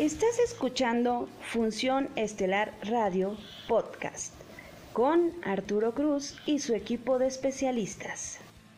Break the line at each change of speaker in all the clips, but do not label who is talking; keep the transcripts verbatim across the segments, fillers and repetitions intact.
Estás escuchando Función Estelar Radio Podcast con Arturo Cruz y su equipo de especialistas.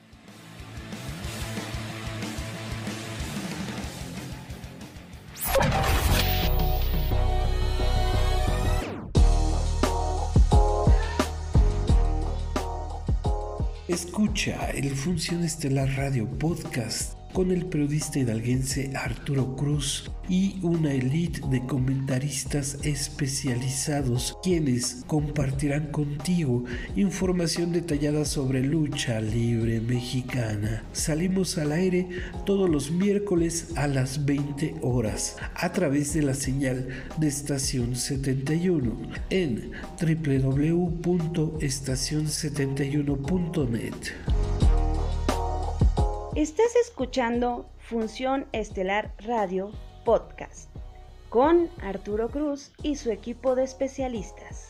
Escucha el Función Estelar Radio Podcast con el periodista hidalguense Arturo Cruz y una élite de comentaristas especializados quienes compartirán contigo información detallada sobre lucha libre mexicana. Salimos al aire todos los miércoles a las veinte horas a través de la señal de Estación setenta y uno en doble u doble u doble u punto estación setenta y uno punto net.
Estás escuchando Función Estelar Radio Podcast con Arturo Cruz y su equipo de especialistas.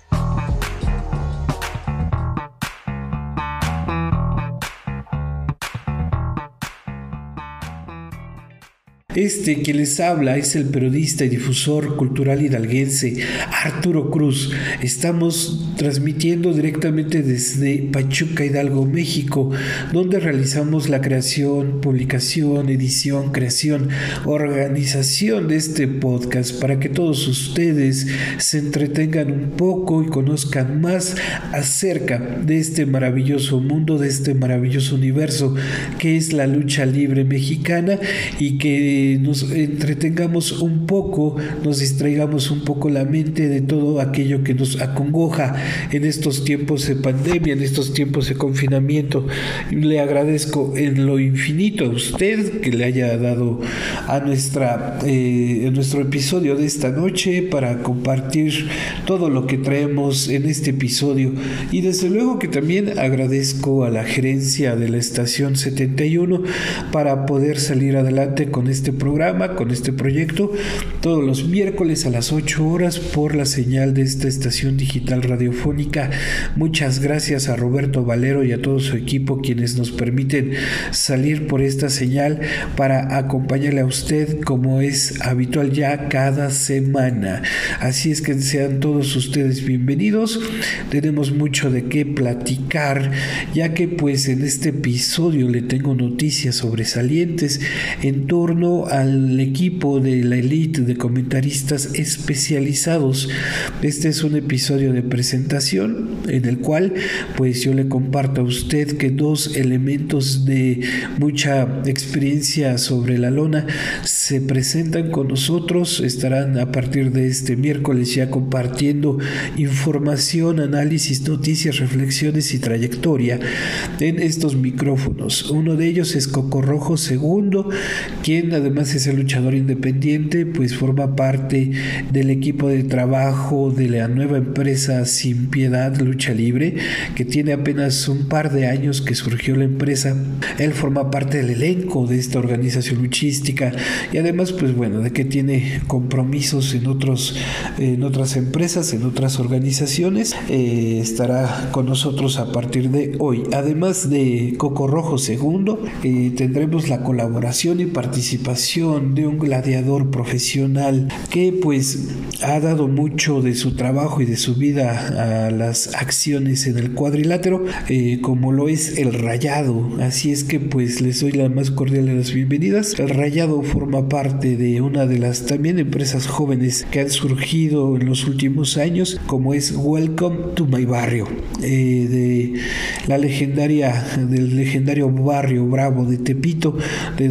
Este que les habla es el periodista y difusor cultural hidalguense Arturo Cruz. Estamos transmitiendo directamente desde Pachuca, Hidalgo, México, donde realizamos la creación, publicación, edición, creación, organización de este podcast para que todos ustedes se entretengan un poco y conozcan más acerca de este maravilloso mundo, de este maravilloso universo que es la lucha libre mexicana, y que nos entretengamos un poco, nos distraigamos un poco la mente de todo aquello que nos acongoja en estos tiempos de pandemia, en estos tiempos de confinamiento. Le agradezco en lo infinito a usted que le haya dado a nuestra eh, a nuestro episodio de esta noche para compartir todo lo que traemos en este episodio, y desde luego que también agradezco a la gerencia de la Estación setenta y uno para poder salir adelante con este programa, con este proyecto, todos los miércoles a las ocho horas por la señal de esta estación digital radiofónica. Muchas gracias a Roberto Valero y a todo su equipo, quienes nos permiten salir por esta señal para acompañarle a usted como es habitual ya cada semana. Así es que sean todos ustedes bienvenidos. Tenemos mucho de qué platicar, ya que pues en este episodio le tengo noticias sobresalientes en torno al equipo de la élite de comentaristas especializados. Este es un episodio de presentación en el cual pues yo le comparto a usted que dos elementos de mucha experiencia sobre la lona se presentan con nosotros. Estarán a partir de este miércoles ya compartiendo información, análisis, noticias, reflexiones y trayectoria en estos micrófonos. Uno de ellos es Coco Rojo segundo, quien además es el luchador independiente, pues forma parte del equipo de trabajo de la nueva empresa Sin Piedad Lucha Libre, que tiene apenas un par de años que surgió la empresa. Él forma parte del elenco de esta organización luchística, y además pues bueno, de que tiene compromisos en otros en otras empresas, en otras organizaciones. Eh, estará con nosotros a partir de hoy. Además de Coco Rojo segundo, eh, tendremos la colaboración y participación de un gladiador profesional que pues ha dado mucho de su trabajo y de su vida a las acciones en el cuadrilátero, eh, como lo es el Rayado. Así es que pues les doy la más cordial de las bienvenidas. El Rayado forma parte de una de las también empresas jóvenes que han surgido en los últimos años, como es Welcome to My Barrio, eh, de la legendaria del legendario barrio Bravo de Tepito, de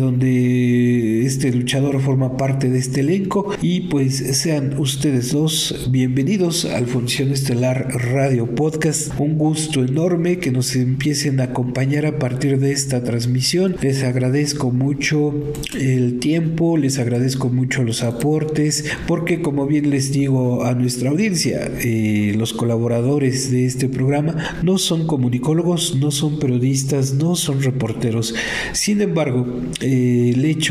donde este luchador forma parte de este elenco. Y pues sean ustedes dos bienvenidos al Función Estelar Radio Podcast. Un gusto enorme que nos empiecen a acompañar a partir de esta transmisión. Les agradezco mucho el tiempo, les agradezco mucho los aportes, porque como bien les digo a nuestra audiencia, eh, los colaboradores de este programa no son comunicólogos, no son periodistas, no son reporteros. Sin embargo, eh, el hecho de que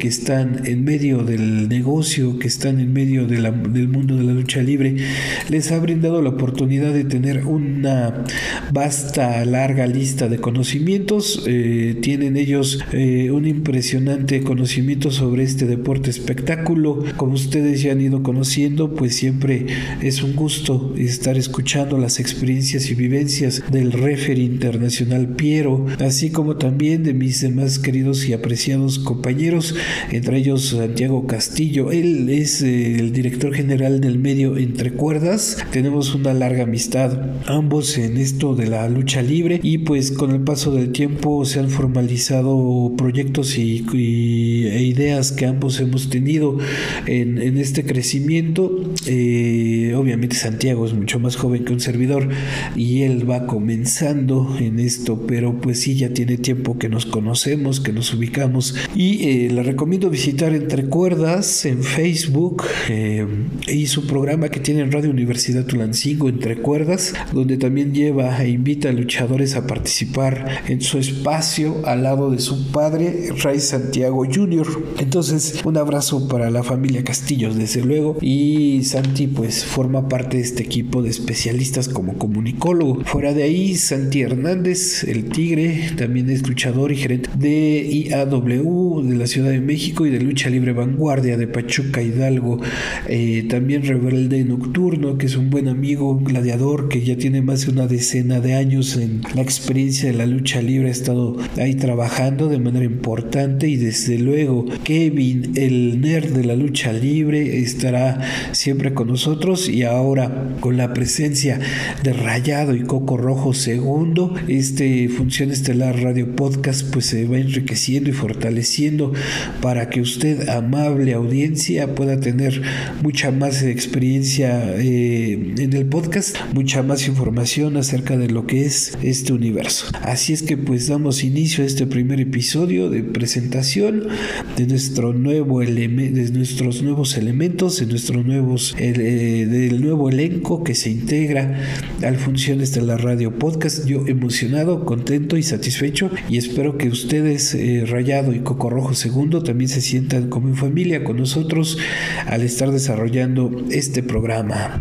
que están en medio del negocio, que están en medio de la, del mundo de la lucha libre, les ha brindado la oportunidad de tener una vasta, larga lista de conocimientos. Eh, tienen ellos eh, un impresionante conocimiento sobre este deporte espectáculo. Como ustedes ya han ido conociendo, pues siempre es un gusto estar escuchando las experiencias y vivencias del referee internacional Piero, así como también de mis demás queridos y apreciados compañeros, entre ellos Santiago Castillo. Él es eh, el director general del medio Entre Cuerdas. Tenemos una larga amistad ambos en esto de la lucha libre, y pues con el paso del tiempo se han formalizado proyectos y, y e ideas que ambos hemos tenido en, en este crecimiento. Eh, obviamente Santiago es mucho más joven que un servidor y él va comenzando en esto, pero pues sí, ya tiene tiempo que nos conocemos, que nos ubicamos, y eh, le recomiendo visitar Entre Cuerdas en Facebook eh, y su programa que tiene en Radio Universidad Tulancingo, Entre Cuerdas, donde también lleva e invita a luchadores a participar en su espacio al lado de su padre, Ray Santiago junior Entonces, un abrazo para la familia Castillos, desde luego, y Santi pues forma parte de este equipo de especialistas como comunicólogo. Fuera de ahí, Santi Hernández, el Tigre, también es luchador y gerente de I A W de la Ciudad de México y de Lucha Libre Vanguardia de Pachuca Hidalgo. Eh, también Rebelde Nocturno, que es un buen amigo, gladiador, que ya tiene más de una decena de años en la experiencia de la lucha libre, ha estado ahí trabajando de manera importante. Y desde luego Kevin, el nerd de la lucha libre, estará siempre con nosotros, y ahora con la presencia de Rayado y Coco Rojo segundo, este Función Estelar Radio Podcast pues se va enriqueciendo y fortaleciendo para que usted, amable audiencia, pueda tener mucha más experiencia eh, en el podcast, mucha más información acerca de lo que es este universo. Así es que pues damos inicio a este primer episodio de presentación de nuestro nuevo eleme- de nuestros nuevos elementos, de nuestros nuevos eh, del nuevo elenco que se integra al Función Estelar Radio Podcast. Yo emocionado, contento y satisfecho, y espero que ustedes, eh, Rayado y Coco Rojo segundo, también se sientan como en familia con nosotros al estar desarrollando este programa.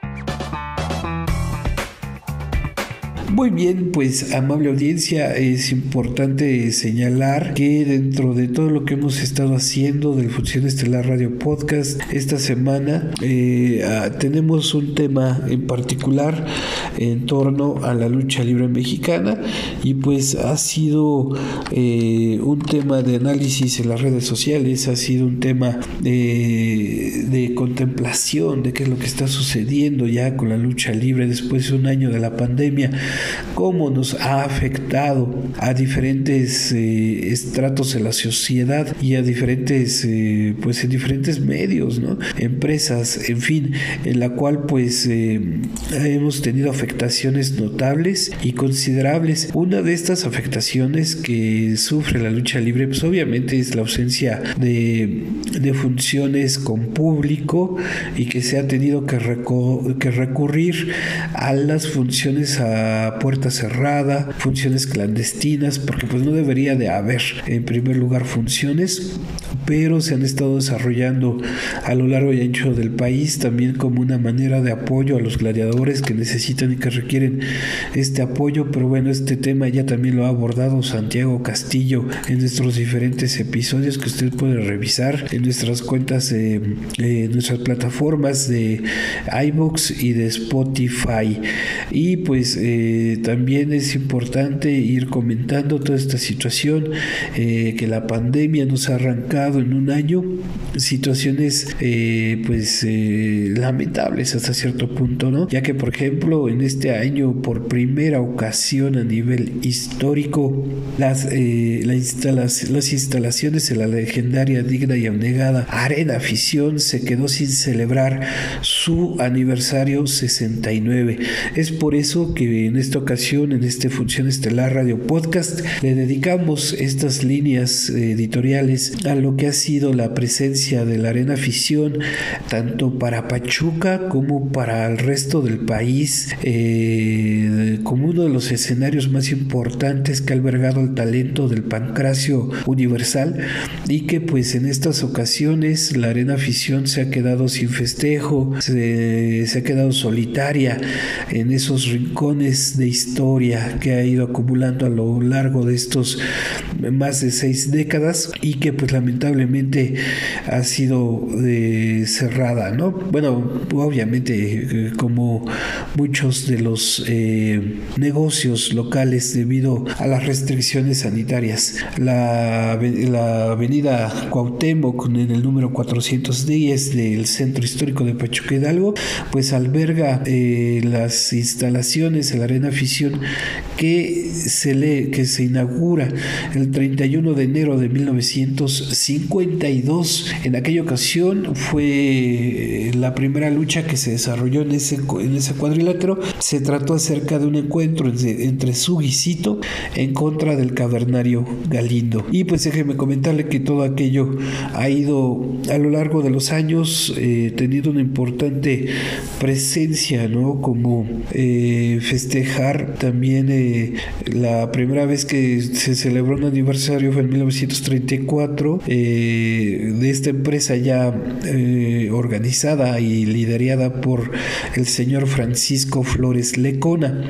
Muy bien, pues amable audiencia, es importante señalar que dentro de todo lo que hemos estado haciendo del Función Estelar Radio Podcast esta semana, eh, tenemos un tema en particular en torno a la lucha libre mexicana, y pues ha sido eh, un tema de análisis en las redes sociales, ha sido un tema de, de contemplación de qué es lo que está sucediendo ya con la lucha libre después de un año de la pandemia, cómo nos ha afectado a diferentes eh, estratos de la sociedad y a diferentes eh, pues en diferentes medios, ¿no? Empresas, en fin, en la cual pues eh, hemos tenido afectaciones notables y considerables. Una de estas afectaciones que sufre la lucha libre pues obviamente es la ausencia de, de funciones con público, y que se ha tenido que, reco- que recurrir a las funciones a puerta cerrada, funciones clandestinas, porque pues no debería de haber en primer lugar funciones, pero se han estado desarrollando a lo largo y ancho del país también como una manera de apoyo a los gladiadores que necesitan y que requieren este apoyo. Pero bueno, este tema ya también lo ha abordado Santiago Castillo en nuestros diferentes episodios que usted puede revisar en nuestras cuentas, eh, eh, nuestras plataformas de iVoox y de Spotify. Y pues eh, también es importante ir comentando toda esta situación, eh, que la pandemia nos ha arrancado en un año situaciones eh, pues eh, lamentables hasta cierto punto, ¿no? Ya que por ejemplo en este año por primera ocasión a nivel histórico las, eh, la instalac- las instalaciones de la legendaria, digna y abnegada Arena Afición se quedó sin celebrar su aniversario sesenta y nueve. Es por eso que en este esta ocasión, en este Función Estelar Radio Podcast, le dedicamos estas líneas editoriales a lo que ha sido la presencia de la Arena Afición, tanto para Pachuca como para el resto del país, eh, como uno de los escenarios más importantes que ha albergado el talento del pancracio universal, y que pues en estas ocasiones la Arena Afición se ha quedado sin festejo, se, se ha quedado solitaria en esos rincones de historia que ha ido acumulando a lo largo de estos más de seis décadas, y que pues lamentablemente ha sido eh, cerrada, ¿no? Bueno, obviamente eh, como muchos de los eh, negocios locales debido a las restricciones sanitarias. La, la avenida Cuauhtémoc, en el número cuatrocientos diez del Centro Histórico de Pachuca Hidalgo, pues alberga eh, las instalaciones de la Arena Afición que se, le, que se inaugura el treinta y uno de enero de mil novecientos cincuenta y dos. En aquella ocasión fue la primera lucha que se desarrolló en ese, en ese cuadrilátero. Se trató acerca de un encuentro entre, entre Suguicito en contra del cavernario Galindo. Y pues déjeme comentarle que todo aquello ha ido a lo largo de los años eh, teniendo una importante presencia, ¿no? Como eh, festejar también eh, la primera vez que se celebró un aniversario fue en mil novecientos treinta y cuatro eh, de esta empresa ya eh, organizada y liderada por el señor Francisco Flores Lecona.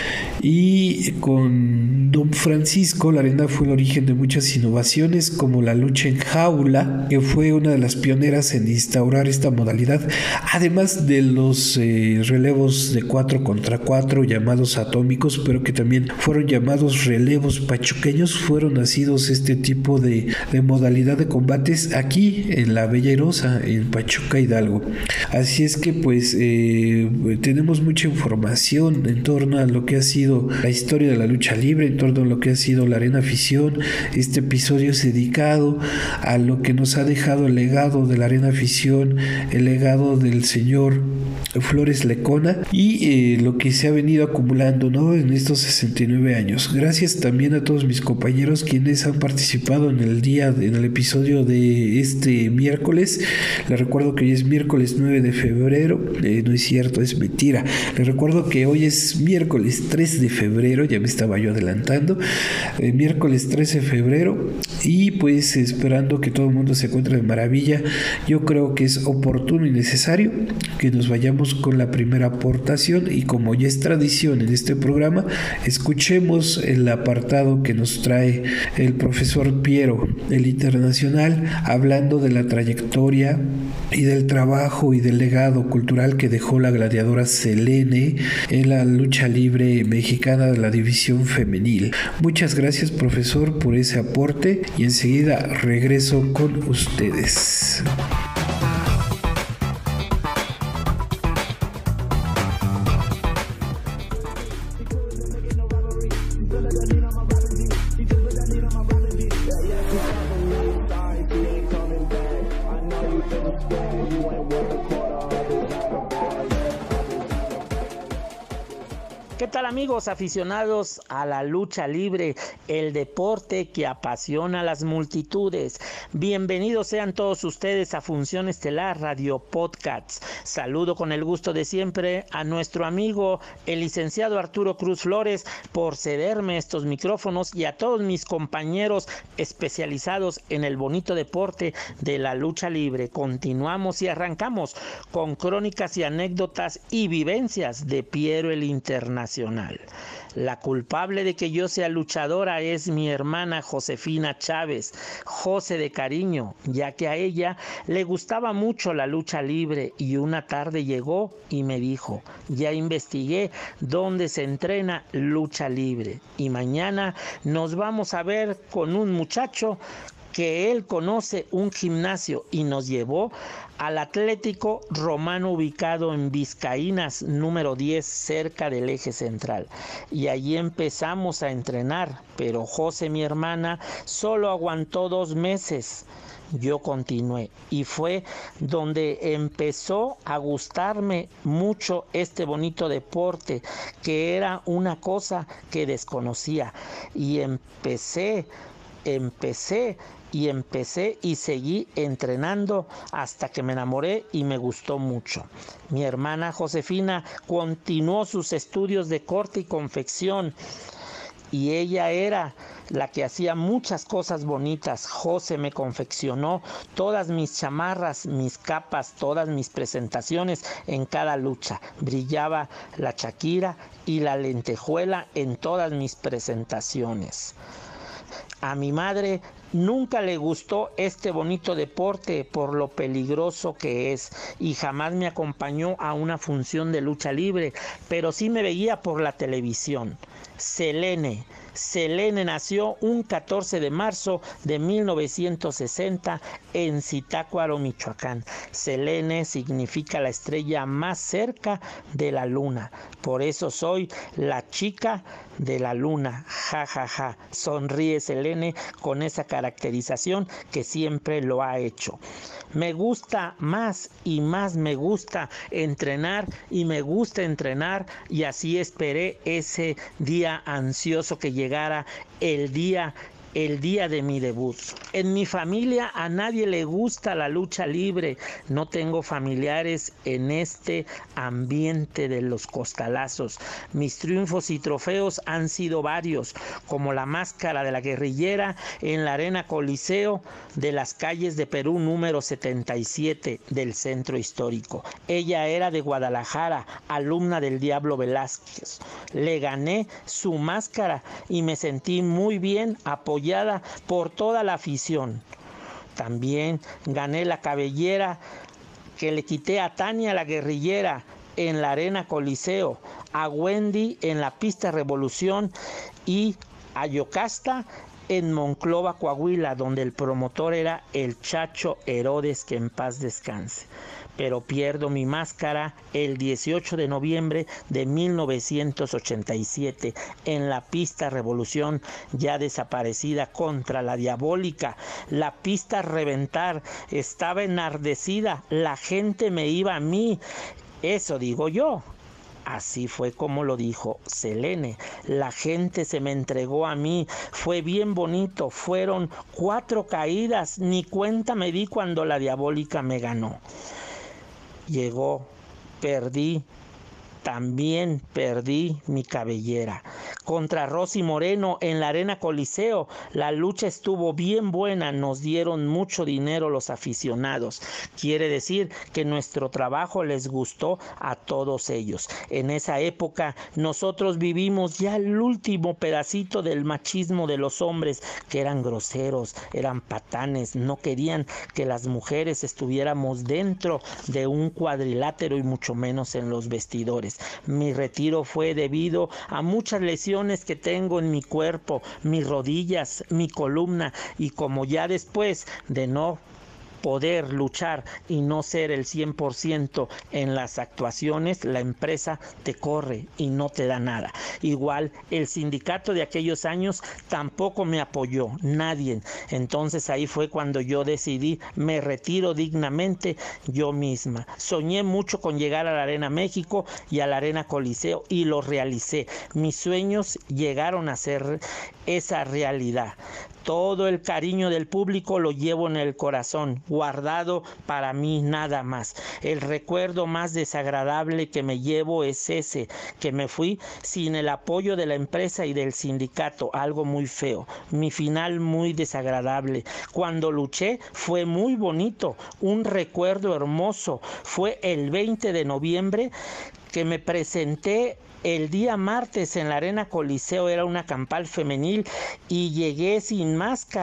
Y con don Francisco, la arena fue el origen de muchas innovaciones, como la lucha en jaula, que fue una de las pioneras en instaurar esta modalidad, además de los eh, relevos de cuatro contra cuatro llamados atómicos, pero que también fueron llamados relevos pachuqueños. Fueron nacidos este tipo de, de modalidad de combates aquí en la Bella Airosa, en Pachuca Hidalgo. Así es que pues eh, tenemos mucha información en torno a lo que ha sido la historia de la lucha libre, en torno a lo que ha sido la Arena Afición. Este episodio es dedicado a lo que nos ha dejado el legado de la Arena Afición, el legado del señor Flores Lecona y eh, lo que se ha venido acumulando, ¿no?, en estos sesenta y nueve años. Gracias también a todos mis compañeros quienes han participado en el día, en el episodio de este miércoles. Les recuerdo que hoy es miércoles nueve de febrero, eh, no es cierto, es mentira. Les recuerdo que hoy es miércoles tres de febrero, ya me estaba yo adelantando, eh, miércoles trece de febrero, y pues esperando que todo el mundo se encuentre de maravilla. Yo creo que es oportuno y necesario que nos vayamos con la primera aportación, y como ya es tradición en este programa, escuchemos el apartado que nos trae el profesor Piero, el internacional, hablando de la trayectoria y del trabajo y del legado cultural que dejó la gladiadora Selene en la lucha libre mexicana de la división femenil. Muchas gracias, profesor, por ese aporte, y enseguida regreso con ustedes.
¿Qué tal, amigos aficionados a la lucha libre, el deporte que apasiona a las multitudes? Bienvenidos sean todos ustedes a Función Estelar Radio Podcast. Saludo con el gusto de siempre a nuestro amigo el licenciado Arturo Cruz Flores por cederme estos micrófonos, y a todos mis compañeros especializados en el bonito deporte de la lucha libre. Continuamos y arrancamos con crónicas y anécdotas y vivencias de Piero el Internacional. La culpable de que yo sea luchadora es mi hermana Josefina Chávez, José de cariño, ya que a ella le gustaba mucho la lucha libre, y una tarde llegó y me dijo: ya investigué dónde se entrena lucha libre y mañana nos vamos a ver con un muchacho que él conoce un gimnasio y nos llevó al Atlético Romano ubicado en Vizcaínas número diez cerca del eje central. Y allí empezamos a entrenar, pero José, mi hermana, solo aguantó dos meses. Yo continué y fue donde empezó a gustarme mucho este bonito deporte, que era una cosa que desconocía, y empecé, empecé y empecé y seguí entrenando hasta que me enamoré y me gustó mucho. Mi hermana Josefina continuó sus estudios de corte y confección, y ella era la que hacía muchas cosas bonitas. José me confeccionó todas mis chamarras, mis capas, todas mis presentaciones en cada lucha. Brillaba la Shakira y la lentejuela en todas mis presentaciones. A mi madre nunca le gustó este bonito deporte por lo peligroso que es, y jamás me acompañó a una función de lucha libre, pero sí me veía por la televisión. Selene. Selene nació un catorce de marzo de mil novecientos sesenta en Zitácuaro, Michoacán. Selene significa la estrella más cerca de la luna. Por eso soy la chica de la luna. Ja, ja, ja. Sonríe Selene con esa caracterización que siempre lo ha hecho. Me gusta más y más me gusta entrenar y me gusta entrenar, y así esperé ese día ansioso que llegara el día el día de mi debut. En mi familia a nadie le gusta la lucha libre. No tengo familiares en este ambiente de los costalazos. Mis triunfos y trofeos han sido varios, como la máscara de la guerrillera en la Arena Coliseo de las calles de Perú número setenta y siete del centro histórico. Ella era de Guadalajara, alumna del Diablo Velázquez. Le gané su máscara y me sentí muy bien apoyada por toda la afición. También gané la cabellera que le quité a Tania la guerrillera en la Arena Coliseo, a Wendy en la pista Revolución y a Yocasta en Monclova, Coahuila, donde el promotor era el Chacho Herodes, que en paz descanse. Pero pierdo mi máscara el dieciocho de noviembre de mil novecientos ochenta y siete en la pista Revolución, ya desaparecida, contra la Diabólica. La pista Reventar estaba enardecida, la gente me iba a mí, eso digo yo. Así fue como lo dijo Selene. La gente se me entregó a mí. Fue bien bonito. Fueron cuatro caídas. Ni cuenta me di cuando la Diabólica me ganó. Llegó, perdí, también perdí mi cabellera. Contra Rosy Moreno en la Arena Coliseo, la lucha estuvo bien buena, nos dieron mucho dinero los aficionados. Quiere decir que nuestro trabajo les gustó a todos ellos. En esa época nosotros vivimos ya el último pedacito del machismo de los hombres, que eran groseros, eran patanes, no querían que las mujeres estuviéramos dentro de un cuadrilátero y mucho menos en los vestidores. Mi retiro fue debido a muchas lesiones que tengo en mi cuerpo, mis rodillas, mi columna, y como ya después de no poder luchar y no ser el cien por ciento en las actuaciones, la empresa te corre y no te da nada. Igual el sindicato de aquellos años tampoco me apoyó, nadie. Entonces ahí fue cuando yo decidí, me retiro dignamente yo misma. Soñé mucho con llegar a la Arena México y a la Arena Coliseo y lo realicé. Mis sueños llegaron a ser esa realidad. Todo el cariño del público lo llevo en el corazón, guardado para mí nada más. El recuerdo más desagradable que me llevo es ese, que me fui sin el apoyo de la empresa y del sindicato, algo muy feo. Mi final muy desagradable. Cuando luché fue muy bonito, un recuerdo hermoso. Fue el veinte de noviembre que me presenté el día martes en la Arena Coliseo, era una campal femenil y llegué sin máscara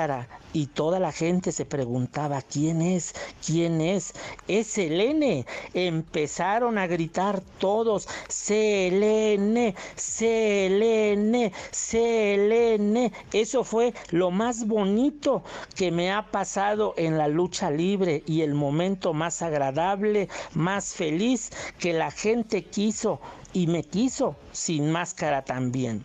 y toda la gente se preguntaba, ¿quién es? ¿Quién es? Es Selene. Empezaron a gritar todos, Selene, Selene, Selene. Eso fue lo más bonito que me ha pasado en la lucha libre y el momento más agradable, más feliz, que la gente quiso y me quiso sin máscara también.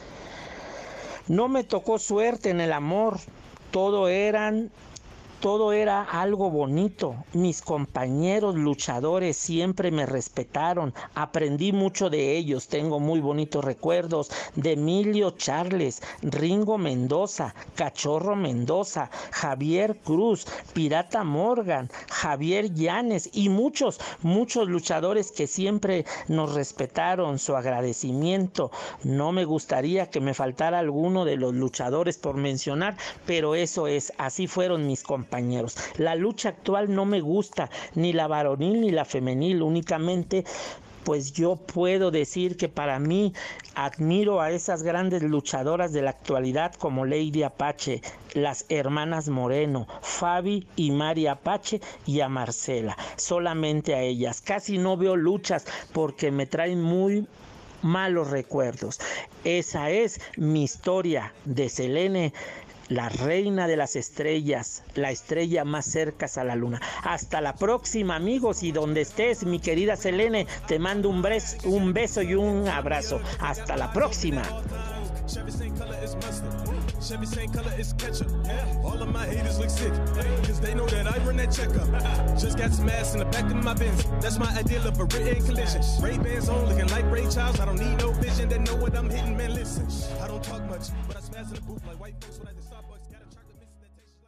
No me tocó suerte en el amor, todo eran Todo era algo bonito. Mis compañeros luchadores siempre me respetaron. Aprendí mucho de ellos. Tengo muy bonitos recuerdos de Emilio Charles, Ringo Mendoza, Cachorro Mendoza, Javier Cruz, Pirata Morgan, Javier Llanes y muchos, muchos luchadores que siempre nos respetaron. Su agradecimiento. No me gustaría que me faltara alguno de los luchadores por mencionar, pero eso es, así fueron mis compañeros. Compañeros. La lucha actual no me gusta, ni la varonil ni la femenil, únicamente pues yo puedo decir que para mí admiro a esas grandes luchadoras de la actualidad como Lady Apache, las hermanas Moreno, Fabi y Mari Apache, y a Marcela, solamente a ellas. Casi no veo luchas porque me traen muy malos recuerdos. Esa es mi historia de Selene, la reina de las estrellas, la estrella más cerca a la luna. Hasta la próxima, amigos, y donde estés, mi querida Selene, te mando un, beso, un beso y un abrazo. Hasta la próxima.
Chevy same color as mustard. Chevy same color as ketchup. All of my haters look sick, cause they know that I run that checkup. Just got some ass in the back of my Benz. That's my ideal of a written collision. Ray-Bans on, looking like Ray Charles. I don't need no vision, they know what I'm hitting, man, listen. I don't talk much, but I smash in the booth like white folks when I did Starbucks. Got a chocolate mix that tastes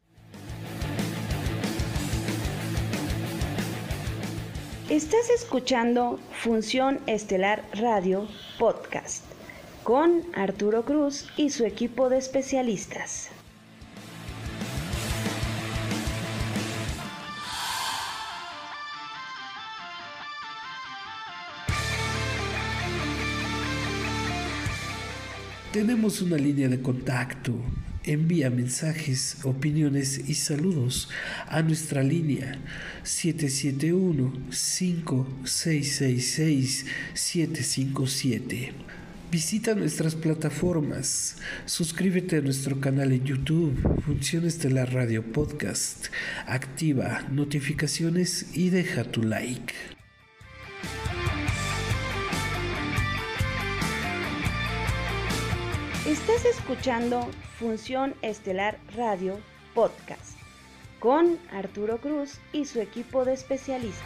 like a
Estás escuchando Función Estelar Radio Podcast con Arturo Cruz y su equipo de especialistas.
Tenemos una línea de contacto. Envía mensajes, opiniones y saludos a nuestra línea siete siete uno, cinco seis seis seis, siete cinco siete. Visita nuestras plataformas, suscríbete a nuestro canal en YouTube, Función Estelar Radio Podcast, activa notificaciones y deja tu like.
Estás escuchando Función Estelar Radio Podcast con Arturo Cruz y su equipo de especialistas.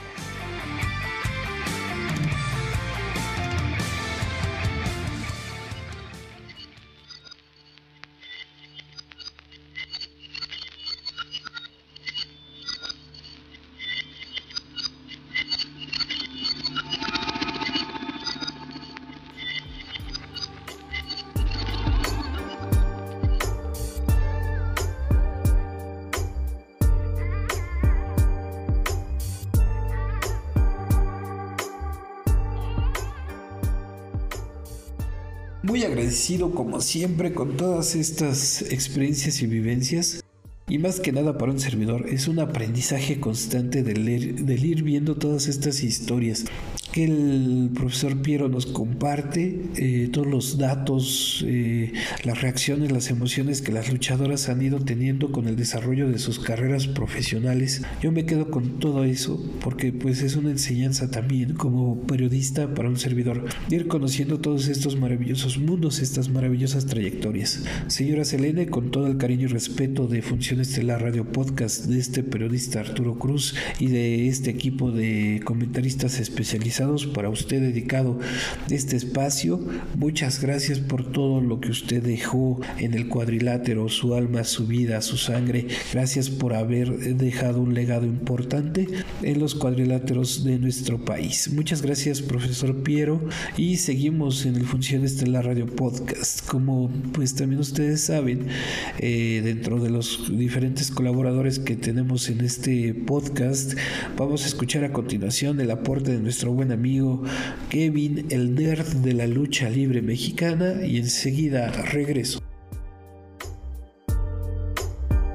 Muy agradecido como siempre con todas estas experiencias y vivencias, y más que nada para un servidor es un aprendizaje constante del ir, del ir viendo todas estas historias que el profesor Piero nos comparte, eh, todos los datos, eh, las reacciones, las emociones que las luchadoras han ido teniendo con el desarrollo de sus carreras profesionales. Yo me quedo con todo eso porque pues es una enseñanza también como periodista para un servidor, ir conociendo todos estos maravillosos mundos, estas maravillosas trayectorias. Señora Selene, con todo el cariño y respeto de Función Estelar Radio Podcast, de este periodista Arturo Cruz y de este equipo de comentaristas especializados, para usted dedicado este espacio. Muchas gracias por todo lo que usted dejó en el cuadrilátero, su alma, su vida, su sangre. Gracias por haber dejado un legado importante en los cuadriláteros de nuestro país. Muchas gracias, profesor Piero, y seguimos en el Función Estelar Radio Podcast. Como pues también ustedes saben, eh, dentro de los diferentes colaboradores que tenemos en este podcast, vamos a escuchar a continuación el aporte de nuestro buen amigo Kevin, el nerd de la lucha libre mexicana, y enseguida regreso.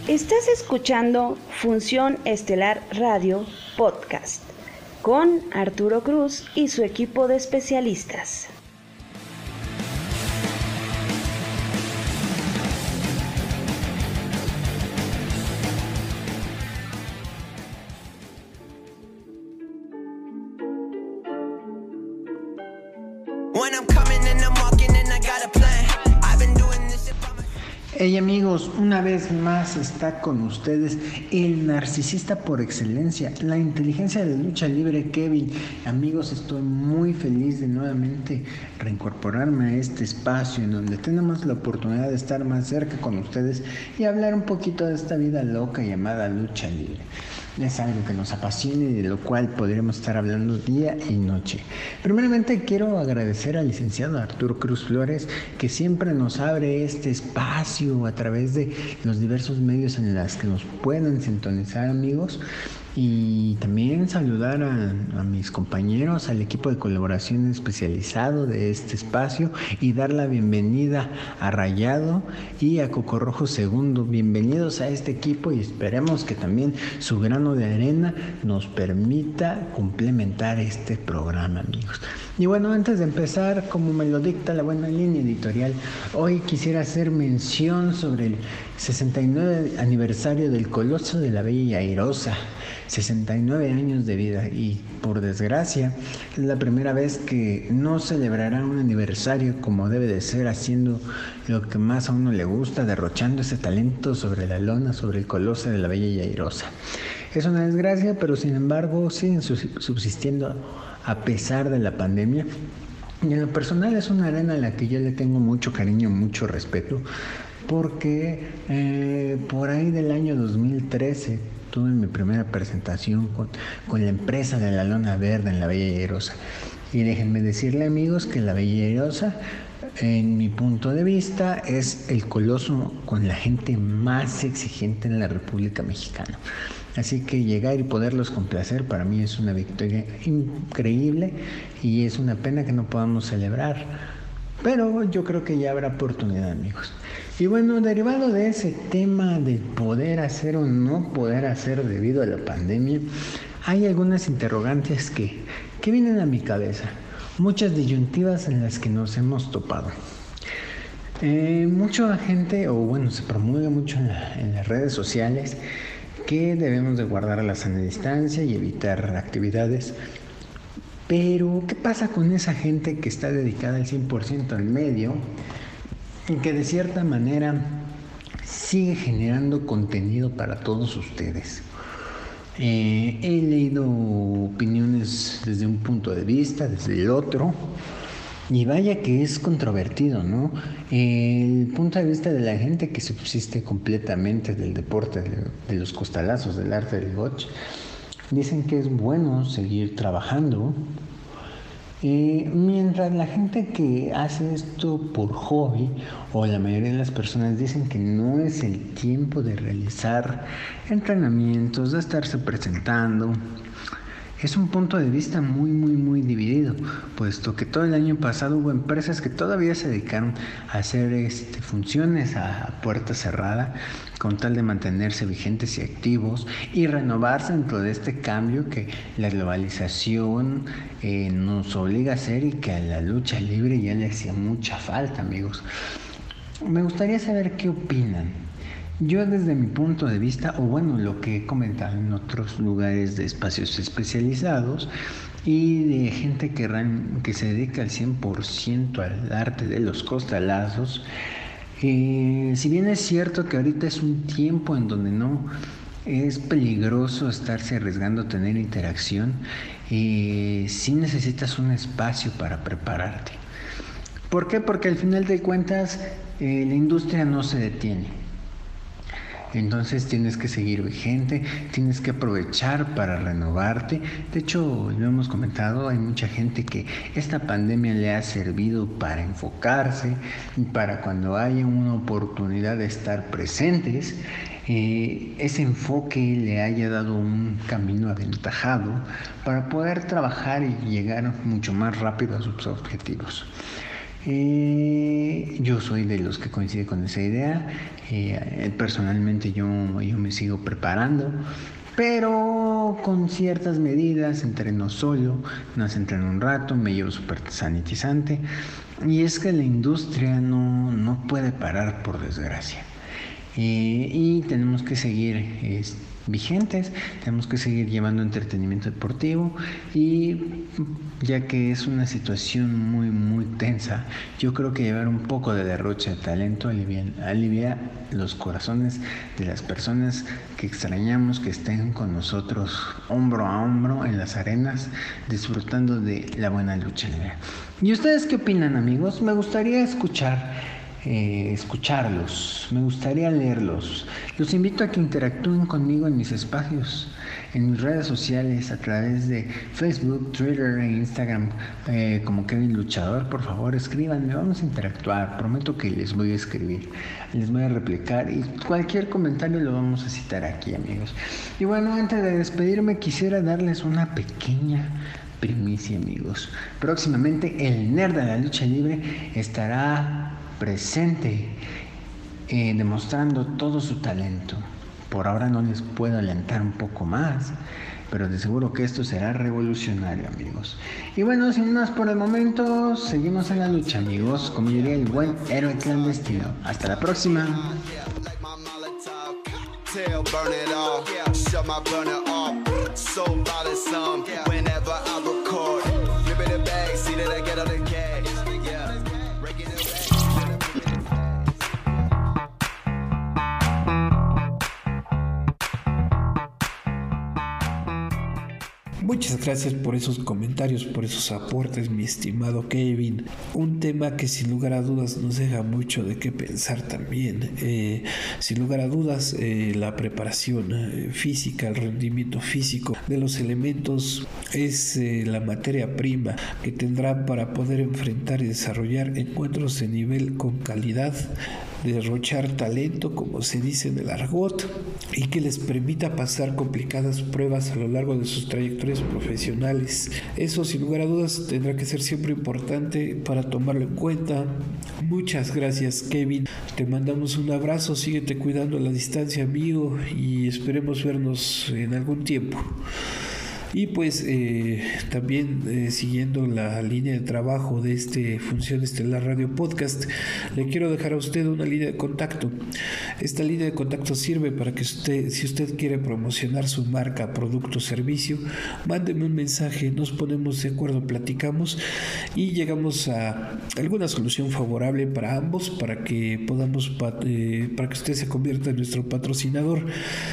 Estás escuchando Función Estelar Radio Podcast con Arturo Cruz y su equipo de especialistas.
Hey amigos, una vez más está con ustedes el narcisista por excelencia, la inteligencia de lucha libre, Kevin. Amigos, estoy muy feliz de nuevamente reincorporarme a este espacio en donde tenemos la oportunidad de estar más cerca con ustedes y hablar un poquito de esta vida loca llamada lucha libre. Es algo que nos apasiona y de lo cual podremos estar hablando día y noche. Primeramente quiero agradecer al licenciado Arturo Cruz Flores, que siempre nos abre este espacio a través de los diversos medios en los que nos puedan sintonizar, amigos. Y también saludar a, a mis compañeros, al equipo de colaboración especializado de este espacio y dar la bienvenida a Rayado y a Cocorrojo Segundo. Bienvenidos a este equipo y esperemos que también su grano de arena nos permita complementar este programa, amigos. Y bueno, antes de empezar, como me lo dicta la buena línea editorial, hoy quisiera hacer mención sobre el sesenta y nueve aniversario del Coloso de la Bella y Airosa. sesenta y nueve años de vida y por desgracia es la primera vez que no celebrará un aniversario como debe de ser, haciendo lo que más a uno le gusta, derrochando ese talento sobre la lona, sobre el Coloso de la Bella y Airosa. Es una desgracia, pero sin embargo siguen subsistiendo a pesar de la pandemia. Y en lo personal es una arena a la que yo le tengo mucho cariño, mucho respeto, porque eh, por ahí del año dos mil trece tuve mi primera presentación con, con la empresa de la Lona Verde en la Bella y Airosa. Y déjenme decirle, amigos, que la Bella y Airosa, en mi punto de vista, es el coloso con la gente más exigente en la República Mexicana. Así que llegar y poderlos complacer para mí es una victoria increíble y es una pena que no podamos celebrar. Pero yo creo que ya habrá oportunidad, amigos. Y bueno, derivado de ese tema de poder hacer o no poder hacer debido a la pandemia, hay algunas interrogantes que, que vienen a mi cabeza. Muchas disyuntivas en las que nos hemos topado. Eh, mucha gente, o bueno, se promulga mucho en, la, en las redes sociales que debemos de guardar la sana distancia y evitar actividades. Pero, ¿qué pasa con esa gente que está dedicada al cien por ciento al medio y que de cierta manera sigue generando contenido para todos ustedes? Eh, he leído opiniones desde un punto de vista, desde el otro, y vaya que es controvertido, ¿no? El punto de vista de la gente que subsiste completamente del deporte, de, de los costalazos, del arte del botch, dicen que es bueno seguir trabajando, eh, mientras la gente que hace esto por hobby, o la mayoría de las personas, dicen que no es el tiempo de realizar entrenamientos, de estarse presentando. Es un punto de vista muy, muy, muy dividido, puesto que todo el año pasado hubo empresas que todavía se dedicaron a hacer este, funciones a, a puerta cerrada con tal de mantenerse vigentes y activos y renovarse dentro de este cambio que la globalización eh, nos obliga a hacer y que a la lucha libre ya le hacía mucha falta, amigos. Me gustaría saber qué opinan. Yo desde mi punto de vista, o bueno, lo que he comentado en otros lugares de espacios especializados y de gente que, que se dedica al cien por ciento al arte de los costalazos, eh, si bien es cierto que ahorita es un tiempo en donde no es peligroso estarse arriesgando a tener interacción, eh, sí necesitas un espacio para prepararte. ¿Por qué? Porque al final de cuentas eh, la industria no se detiene. Entonces tienes que seguir vigente, tienes que aprovechar para renovarte. De hecho, lo hemos comentado, hay mucha gente que esta pandemia le ha servido para enfocarse, para cuando haya una oportunidad de estar presentes, eh, ese enfoque le haya dado un camino aventajado para poder trabajar y llegar mucho más rápido a sus objetivos. Eh, yo soy de los que coincide con esa idea. Eh, personalmente yo, yo me sigo preparando, pero con ciertas medidas. Entreno solo, no se entreno un rato, me llevo súper sanitizante. Y es que la industria no, no puede parar, por desgracia. Eh, y tenemos que seguir eh, vigentes, tenemos que seguir llevando entretenimiento deportivo, y ya que es una situación muy muy tensa, yo creo que llevar un poco de derroche de talento alivia, alivia los corazones de las personas que extrañamos que estén con nosotros hombro a hombro en las arenas, disfrutando de la buena lucha libre. ¿Y ustedes qué opinan, amigos? Me gustaría escuchar Eh, escucharlos, me gustaría leerlos. Los invito a que interactúen conmigo en mis espacios, en mis redes sociales, a través de Facebook, Twitter e Instagram, eh, como Kevin Luchador. Por favor, escríbanme, vamos a interactuar. Prometo que les voy a escribir, les voy a replicar, y cualquier comentario lo vamos a citar aquí, amigos. Y bueno, antes de despedirme, quisiera darles una pequeña primicia, amigos. Próximamente el Nerd de la Lucha Libre estará presente, eh, demostrando todo su talento. Por ahora no les puedo alentar un poco más, pero de seguro que esto será revolucionario, amigos. Y bueno, sin más por el momento, seguimos en la lucha, amigos, como diría el buen héroe clandestino. Hasta la próxima.
Muchas gracias por esos comentarios, por esos aportes, mi estimado Kevin. Un tema que sin lugar a dudas nos deja mucho de qué pensar también. Eh, sin lugar a dudas, eh, la preparación eh, física, el rendimiento físico de los elementos es eh, la materia prima que tendrán para poder enfrentar y desarrollar encuentros de nivel con calidad, derrochar talento, como se dice en el argot, y que les permita pasar complicadas pruebas a lo largo de sus trayectorias profesionales. Eso, sin lugar a dudas, tendrá que ser siempre importante para tomarlo en cuenta. Muchas gracias, Kevin. Te mandamos un abrazo, síguete cuidando a la distancia, amigo, y esperemos vernos en algún tiempo. Y pues eh, también eh, siguiendo la línea de trabajo de este Función Estelar Radio Podcast, le quiero dejar a usted una línea de contacto. Esta línea de contacto sirve para que usted, si usted quiere promocionar su marca, producto o servicio, mándeme un mensaje, nos ponemos de acuerdo, platicamos y llegamos a alguna solución favorable para ambos, para que podamos eh, para que usted se convierta en nuestro patrocinador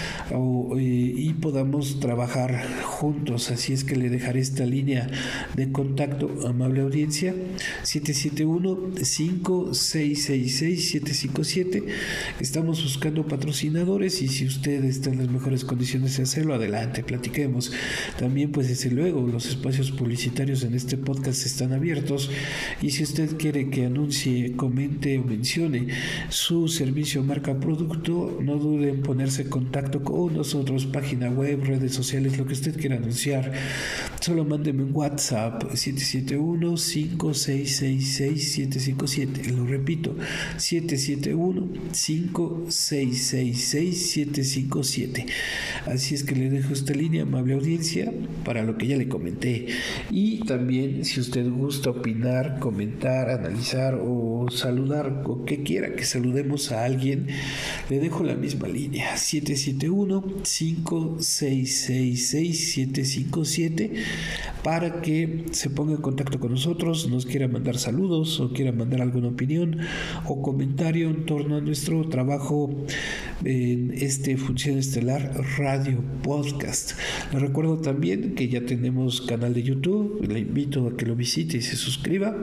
o, eh, y podamos trabajar juntos. Así es que le dejaré esta línea de contacto, amable audiencia, siete siete uno, cinco seis seis seis, siete cinco siete. Estamos buscando patrocinadores y si usted está en las mejores condiciones de hacerlo, adelante, platiquemos. También, pues desde luego, los espacios publicitarios en este podcast están abiertos, y si usted quiere que anuncie, comente o mencione su servicio, marca, producto, no dude en ponerse en contacto con nosotros, página web, redes sociales, lo que usted quiera anunciar. Solo mándeme un WhatsApp siete siete uno, cinco seis seis seis, siete cinco siete. Lo repito, siete siete uno, cinco seis seis seis, siete cinco siete. Así es que le dejo esta línea, amable audiencia, para lo que ya le comenté. Y también, si usted gusta opinar, comentar, analizar o saludar, o que quiera que saludemos a alguien, le dejo la misma línea, siete siete uno, cinco seis seis seis, siete cinco siete, para que se ponga en contacto con nosotros, nos quiera mandar saludos o quiera mandar alguna opinión o comentario en torno a nuestro trabajo en este Función Estelar Radio Podcast. Le recuerdo también que ya tenemos canal de YouTube, le invito a que lo visite y se suscriba.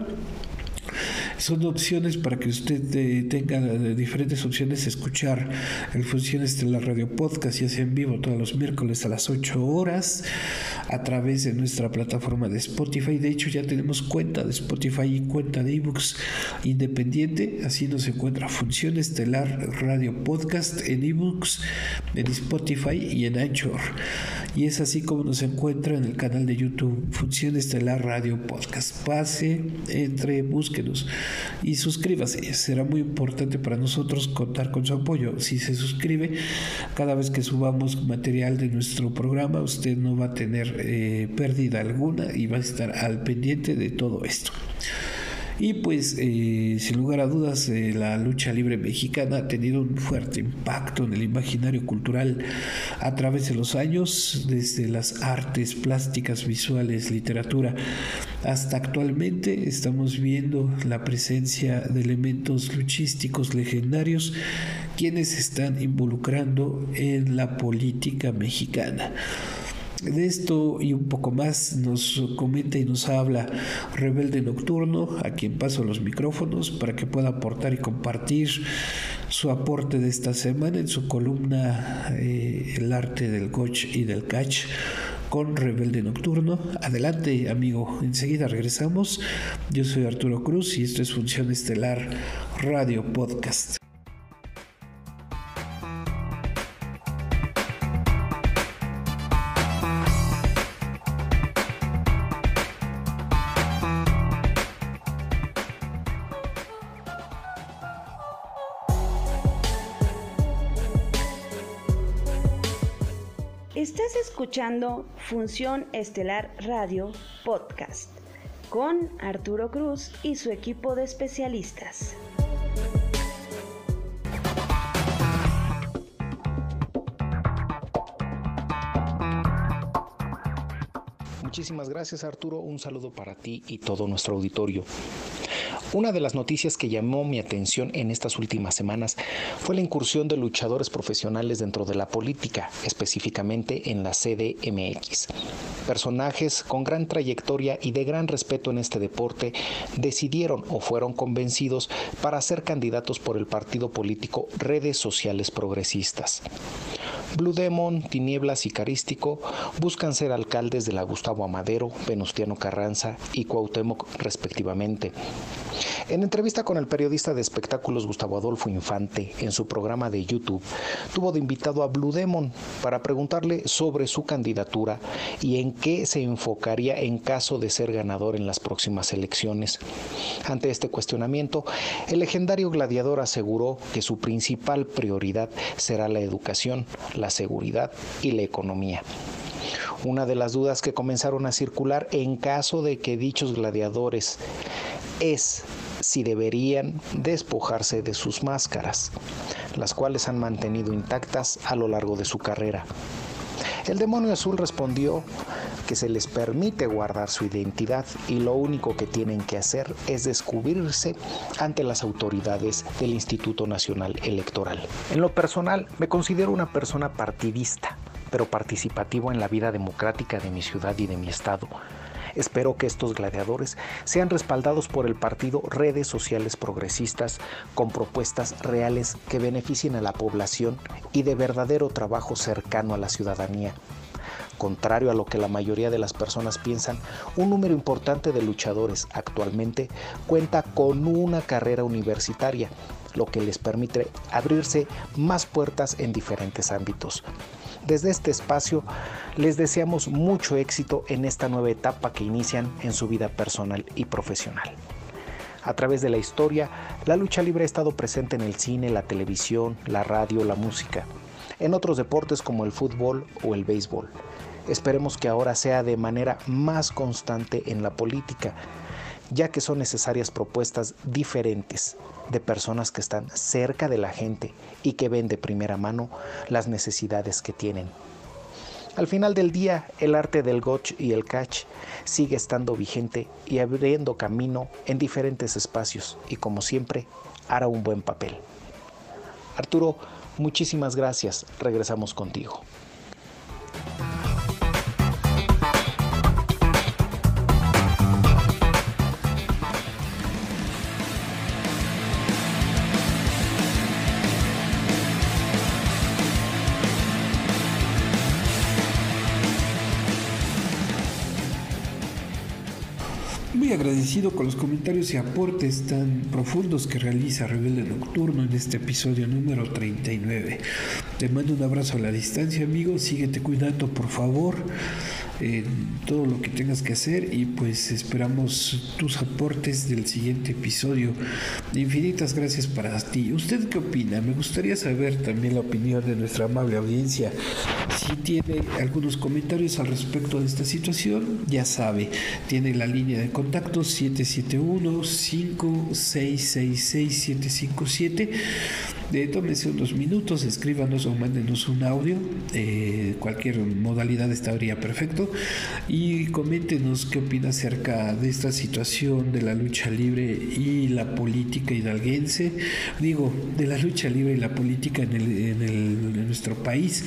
Son opciones para que usted eh, tenga eh, diferentes opciones de escuchar el Función Estelar Radio Podcast, ya sea en vivo todos los miércoles a las ocho horas a través de nuestra plataforma de Spotify. De hecho, ya tenemos cuenta de Spotify y cuenta de iBooks independiente. Así nos encuentra Función Estelar Radio Podcast en iBooks, en Spotify y en Anchor. Y es así como nos encuentra en el canal de YouTube Función Estelar Radio Podcast. Pase, entre, búsquenos. y suscríbase. Será muy importante para nosotros contar con su apoyo. Si se suscribe, cada vez que subamos material de nuestro programa, usted no va a tener eh, pérdida alguna y va a estar al pendiente de todo esto. Y pues eh, sin lugar a dudas eh, la lucha libre mexicana ha tenido un fuerte impacto en el imaginario cultural a través de los años, desde las artes plásticas, visuales, literatura, hasta actualmente estamos viendo la presencia de elementos luchísticos legendarios quienes se están involucrando en la política mexicana. De esto y un poco más nos comenta y nos habla Rebelde Nocturno, a quien paso los micrófonos para que pueda aportar y compartir su aporte de esta semana en su columna eh, El arte del goch y del catch con Rebelde Nocturno. Adelante, amigo, enseguida regresamos. Yo soy Arturo Cruz y esto es Función Estelar Radio Podcast.
Estás escuchando Función Estelar Radio Podcast con Arturo Cruz y su equipo de especialistas.
Muchísimas gracias, Arturo. Un saludo para ti y todo nuestro auditorio. Una de las noticias que llamó mi atención en estas últimas semanas fue la incursión de luchadores profesionales dentro de la política, específicamente en la C D M X. Personajes con gran trayectoria y de gran respeto en este deporte decidieron o fueron convencidos para ser candidatos por el partido político Redes Sociales Progresistas. Blue Demon, Tinieblas y Carístico buscan ser alcaldes de la Gustavo Amadero, Venustiano Carranza y Cuauhtémoc respectivamente. En entrevista con el periodista de espectáculos Gustavo Adolfo Infante en su programa de YouTube, tuvo de invitado a Blue Demon para preguntarle sobre su candidatura y en qué se enfocaría en caso de ser ganador en las próximas elecciones. Ante este cuestionamiento, el legendario gladiador aseguró que su principal prioridad será la educación, la seguridad y la economía. Una de las dudas que comenzaron a circular en caso de que dichos gladiadores es si deberían despojarse de sus máscaras, las cuales han mantenido intactas a lo largo de su carrera. El demonio azul respondió que se les permite guardar su identidad y lo único que tienen que hacer es descubrirse ante las autoridades del Instituto Nacional Electoral. En lo personal, me considero una persona partidista, pero participativo en la vida democrática de mi ciudad y de mi estado. Espero que estos gladiadores sean respaldados por el partido Redes Sociales Progresistas con propuestas reales que beneficien a la población y de verdadero trabajo cercano a la ciudadanía. Contrario a lo que la mayoría de las personas piensan, un número importante de luchadores actualmente cuenta con una carrera universitaria, lo que les permite abrirse más puertas en diferentes ámbitos. Desde este espacio les deseamos mucho éxito en esta nueva etapa que inician en su vida personal y profesional. A través de la historia, la lucha libre ha estado presente en el cine, la televisión, la radio, la música, en otros deportes como el fútbol o el béisbol. Esperemos que ahora sea de manera más constante en la política, ya que son necesarias propuestas diferentes de personas que están cerca de la gente y que ven de primera mano las necesidades que tienen. Al final del día, el arte del goch y el catch sigue estando vigente y abriendo camino en diferentes espacios y, como siempre, hará un buen papel. Arturo, muchísimas gracias. Regresamos contigo.
Muy agradecido con los comentarios y aportes tan profundos que realiza Rebelde Nocturno en este episodio número treinta y nueve. Te mando un abrazo a la distancia, amigo. Síguete cuidando, por favor. en todo lo que tengas que hacer, y pues esperamos tus aportes del siguiente episodio. Infinitas gracias para ti. ¿Usted qué opina? Me gustaría saber también la opinión de nuestra amable audiencia. Si tiene algunos comentarios al respecto de esta situación, ya sabe, tiene la línea de contacto siete siete uno, cinco seis seis seis, siete cinco siete. Eh, tómense unos minutos, escríbanos o mándenos un audio, eh, cualquier modalidad estaría perfecto, y coméntenos qué opina acerca de esta situación de la lucha libre y la política hidalguense, digo, de la lucha libre y la política en, el, en, el, en nuestro país.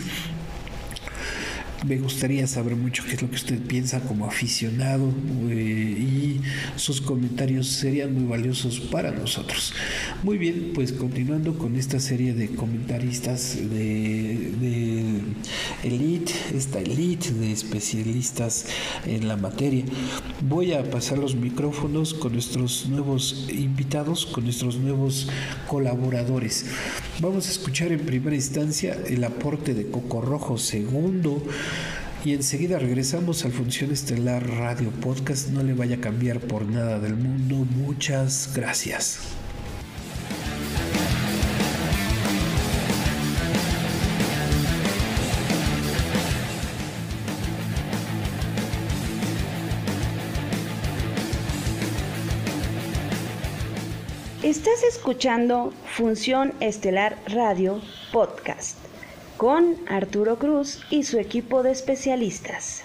Me gustaría saber mucho qué es lo que usted piensa como aficionado, eh, y sus comentarios serían muy valiosos para nosotros. Muy bien, pues continuando con esta serie de comentaristas de, de elite, esta elite de especialistas en la materia, voy a pasar los micrófonos con nuestros nuevos invitados, con nuestros nuevos colaboradores. Vamos a escuchar en primera instancia el aporte de Coco Rojo segundo, y enseguida regresamos al Función Estelar Radio Podcast. No le vaya a cambiar por nada del mundo. Muchas gracias.
Estás escuchando Función Estelar Radio Podcast con Arturo Cruz y su equipo de especialistas.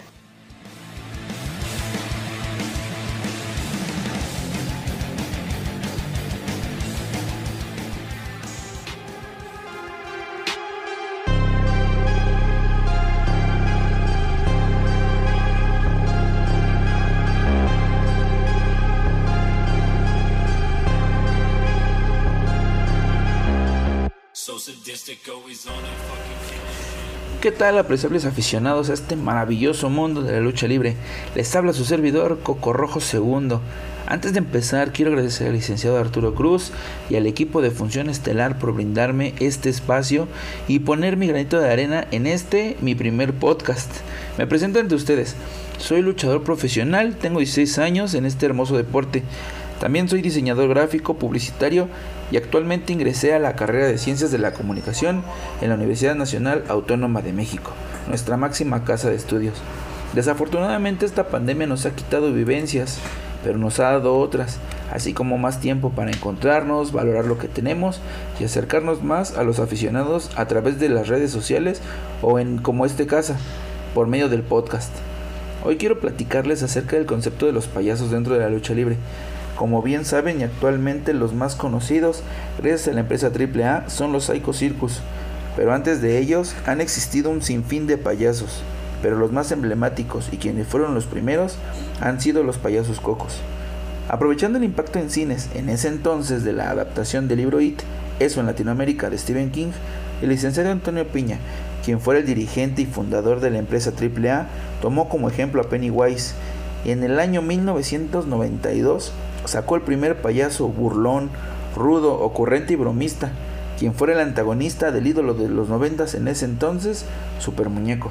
¿Qué tal, apreciables aficionados a este maravilloso mundo de la lucha libre? Les habla su servidor Coco Rojo segundo. Antes de empezar, quiero agradecer al licenciado Arturo Cruz y al equipo de Función Estelar por brindarme este espacio y poner mi granito de arena en este, mi primer podcast. Me presento ante ustedes. Soy luchador profesional, tengo dieciséis años en este hermoso deporte. También soy diseñador gráfico, publicitario, y actualmente ingresé a la carrera de Ciencias de la Comunicación en la Universidad Nacional Autónoma de México, nuestra máxima casa de estudios. Desafortunadamente esta pandemia nos ha quitado vivencias, pero nos ha dado otras, así como más tiempo para encontrarnos, valorar lo que tenemos y acercarnos más a los aficionados a través de las redes sociales o en, como este caso, por medio del podcast. Hoy quiero platicarles acerca del concepto de los payasos dentro de la lucha libre. Como bien saben, y actualmente los más conocidos, gracias a la empresa triple A, son los Psycho Circus. Pero antes de ellos han existido un sinfín de payasos, pero los más emblemáticos y quienes fueron los primeros han sido los payasos cocos. Aprovechando el impacto en cines en ese entonces de la adaptación del libro It, eso en Latinoamérica, de Stephen King, el licenciado Antonio Piña, quien fuera el dirigente y fundador de la empresa triple A, tomó como ejemplo a Pennywise, y en el año mil novecientos noventa y dos sacó el primer payaso burlón, rudo, ocurrente y bromista, quien fuera el antagonista del ídolo de los noventas en ese entonces, Super Muñeco.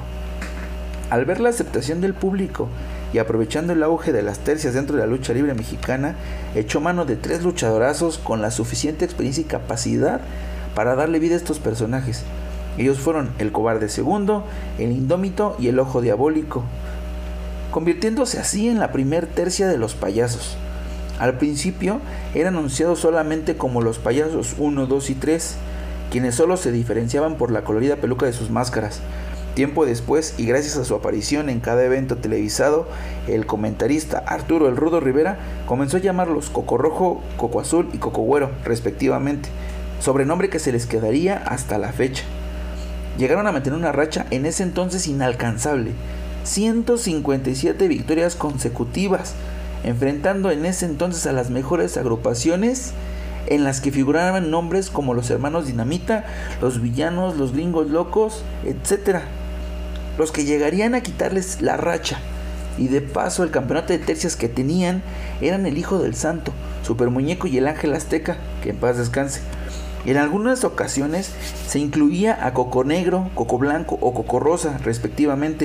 Al ver la aceptación del público y aprovechando el auge de las tercias dentro de la lucha libre mexicana, echó mano de tres luchadorazos con la suficiente experiencia y capacidad para darle vida a estos personajes. Ellos fueron el Cobarde segundo, el Indómito y el Ojo Diabólico, convirtiéndose así en la primer tercia de los payasos. Al principio era anunciado solamente como los payasos uno, dos y tres, quienes solo se diferenciaban por la colorida peluca de sus máscaras. Tiempo después, y gracias a su aparición en cada evento televisado, el comentarista Arturo el Rudo Rivera comenzó a llamarlos Coco Rojo, Coco Azul y Coco Güero, respectivamente, sobrenombre que se les quedaría hasta la fecha. Llegaron a mantener una racha en ese entonces inalcanzable, ciento cincuenta y siete victorias consecutivas, enfrentando en ese entonces a las mejores agrupaciones en las que figuraban nombres como los Hermanos Dinamita, los Villanos, los Gringos Locos, etcétera, los que llegarían a quitarles la racha. Y de paso el campeonato de tercias que tenían eran el Hijo del Santo, Super Muñeco y el Ángel Azteca, que en paz descanse. En algunas ocasiones se incluía a Coco Negro, Coco Blanco o Coco Rosa, respectivamente,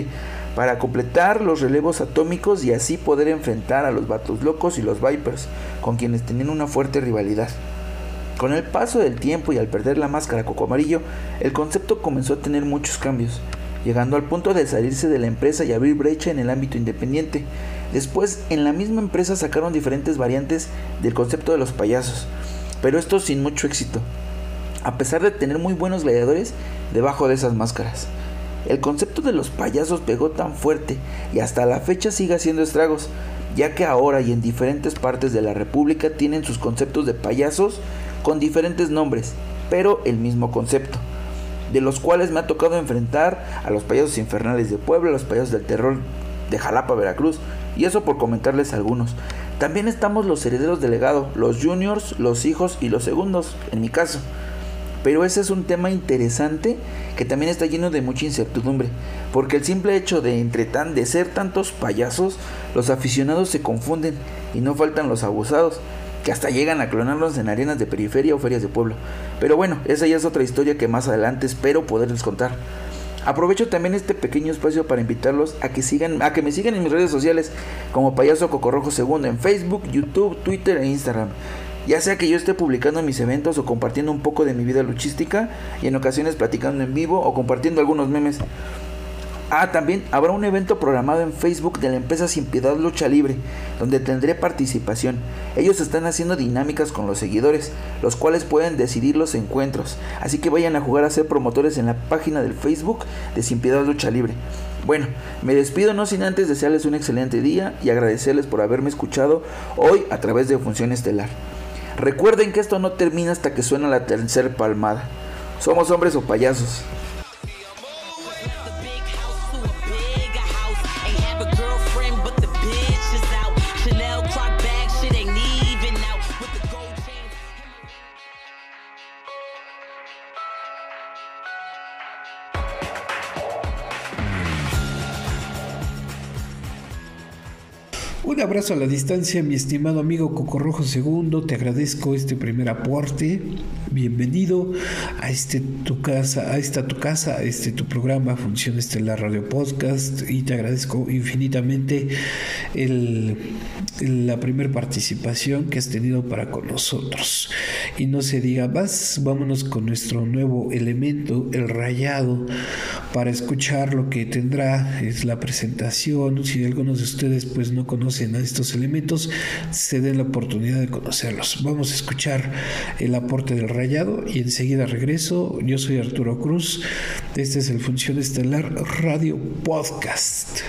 para completar los relevos atómicos y así poder enfrentar a los Vatos Locos y los Vipers, con quienes tenían una fuerte rivalidad. Con el paso del tiempo y al perder la máscara Coco Amarillo, el concepto comenzó a tener muchos cambios, llegando al punto de salirse de la empresa y abrir brecha en el ámbito independiente. Después, en la misma empresa sacaron diferentes variantes del concepto de los payasos, pero esto sin mucho éxito, a pesar de tener muy buenos gladiadores debajo de esas máscaras. El concepto de los payasos pegó tan fuerte y hasta la fecha sigue haciendo estragos, ya que ahora y en diferentes partes de la República tienen sus conceptos de payasos con diferentes nombres, pero el mismo concepto, de los cuales me ha tocado enfrentar a los payasos infernales de Puebla, a los payasos del terror de Jalapa, Veracruz, y eso por comentarles algunos. También estamos los herederos del legado, los juniors, los hijos y los segundos, en mi caso. Pero ese es un tema interesante que también está lleno de mucha incertidumbre, porque el simple hecho de entre tan de ser tantos payasos, los aficionados se confunden y no faltan los abusados, que hasta llegan a clonarlos en arenas de periferia o ferias de pueblo. Pero bueno, esa ya es otra historia que más adelante espero poderles contar. Aprovecho también este pequeño espacio para invitarlos a que sigan, a que me sigan en mis redes sociales como Payaso Cocorrojo segundo en Facebook, YouTube, Twitter e Instagram. Ya sea que yo esté publicando mis eventos o compartiendo un poco de mi vida luchística y en ocasiones platicando en vivo o compartiendo algunos memes. Ah, también habrá un evento programado en Facebook de la empresa Sin Piedad Lucha Libre, donde tendré participación. Ellos están haciendo dinámicas con los seguidores, los cuales pueden decidir los encuentros. Así que vayan a jugar a ser promotores en la página del Facebook de Sin Piedad Lucha Libre. Bueno, me despido no sin antes desearles un excelente día y agradecerles por haberme escuchado hoy a través de Función Estelar. Recuerden que esto no termina hasta que suena la tercera palmada. Somos hombres o payasos.
Un abrazo a la distancia, mi estimado amigo Cocorrojo segundo. Te agradezco este primer aporte. Bienvenido a este tu casa, a esta tu casa, a este tu programa Función Estelar Radio Podcast, y te agradezco infinitamente el, el, la primera participación que has tenido para con nosotros. Y no se diga más, vámonos con nuestro nuevo elemento, el rayado, para escuchar lo que tendrá es la presentación. Si algunos de ustedes pues no conocen a estos elementos, se den la oportunidad de conocerlos. Vamos a escuchar el aporte del rayado y enseguida regreso. Yo soy Arturo Cruz, este es el Función Estelar Radio Podcast.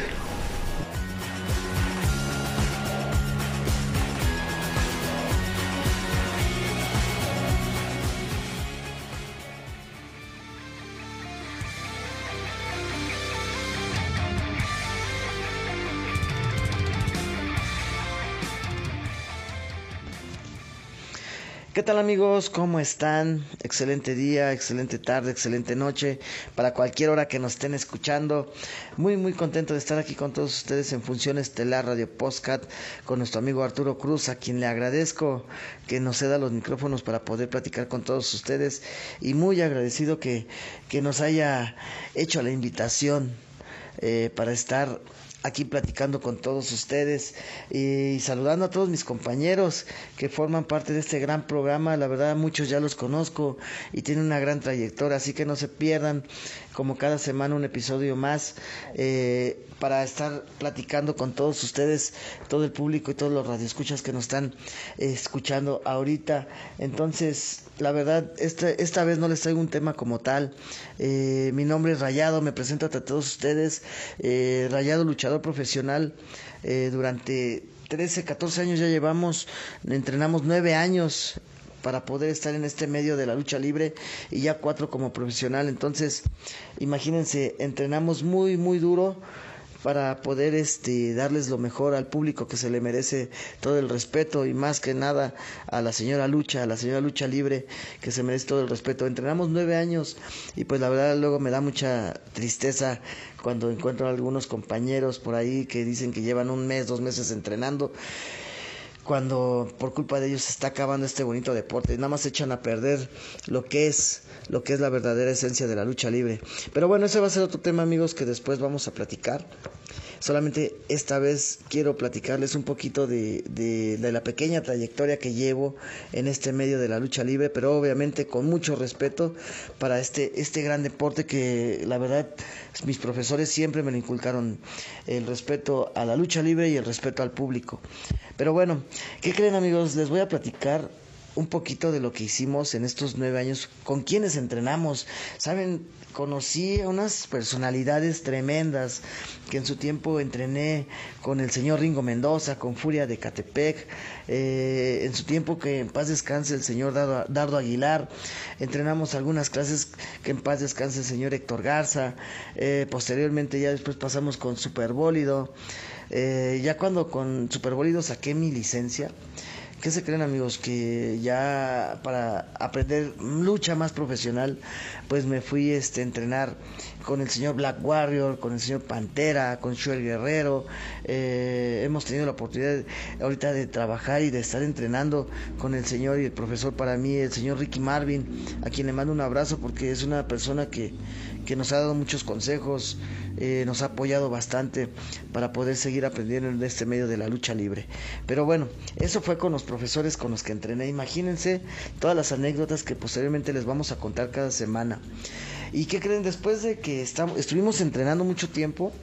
¿Qué tal amigos? ¿Cómo están? Excelente día, excelente tarde, excelente noche para cualquier hora que nos estén escuchando. Muy muy contento de estar aquí con todos ustedes en Función Estelar Radio Podcast con nuestro amigo Arturo Cruz, a quien le agradezco que nos ceda los micrófonos para poder platicar con todos ustedes, y muy agradecido que, que nos haya hecho la invitación eh, para estar aquí platicando con todos ustedes y saludando a todos mis compañeros que forman parte de este gran programa. La verdad, muchos ya los conozco y tienen una gran trayectoria, así que no se pierdan como cada semana un episodio más eh, para estar platicando con todos ustedes, todo el público y todos los radioescuchas que nos están eh, escuchando ahorita. Entonces, la verdad, este, esta vez no les traigo un tema como tal. Eh, mi nombre es Rayado, me presento a todos ustedes. Eh, Rayado, luchador profesional. Eh, durante trece, catorce años ya llevamos, entrenamos nueve años para poder estar en este medio de la lucha libre y ya cuatro como profesional. Entonces, imagínense, entrenamos muy, muy duro para poder este darles lo mejor al público que se le merece, todo el respeto, y más que nada a la señora Lucha, a la señora Lucha Libre, que se merece todo el respeto. Entrenamos nueve años y pues la verdad luego me da mucha tristeza cuando encuentro a algunos compañeros por ahí que dicen que llevan un mes, dos meses entrenando. cuando por culpa de ellos se está acabando este bonito deporte, nada más echan a perder lo que es lo que es la verdadera esencia de la lucha libre. Pero bueno, ese va a ser otro tema, amigos, que después vamos a platicar. Solamente esta vez quiero platicarles un poquito de, de, de la pequeña trayectoria que llevo en este medio de la lucha libre, pero obviamente con mucho respeto para este, este gran deporte que la verdad mis profesores siempre me lo inculcaron, el respeto a la lucha libre y el respeto al público. Pero bueno, ¿qué creen, amigos? Les voy a platicar un poquito de lo que hicimos en estos nueve años, con quienes entrenamos. Saben, conocí a unas personalidades tremendas que en su tiempo entrené con el señor Ringo Mendoza, con Furia de Catepec, eh, en su tiempo que en paz descanse el señor Dardo, Dardo Aguilar, entrenamos algunas clases que en paz descanse el señor Héctor Garza, eh, posteriormente ya después pasamos con Superbólido, eh, ya cuando con Superbólido saqué mi licencia. ¿Qué se creen, amigos? Que ya para aprender lucha más profesional, pues me fui este, a entrenar con el señor Black Warrior, con el señor Pantera, con Shuel Guerrero. Eh, hemos tenido la oportunidad ahorita de trabajar y de estar entrenando con el señor y el profesor para mí, el señor Ricky Marvin, a quien le mando un abrazo porque es una persona que, que nos ha dado muchos consejos, eh, nos ha apoyado bastante para poder seguir aprendiendo en este medio de la lucha libre. Pero bueno, eso fue con los profesores con los que entrené. Imagínense todas las anécdotas que posteriormente les vamos a contar cada semana. ¿Y qué creen? Después de que estamos, estuvimos entrenando mucho tiempo,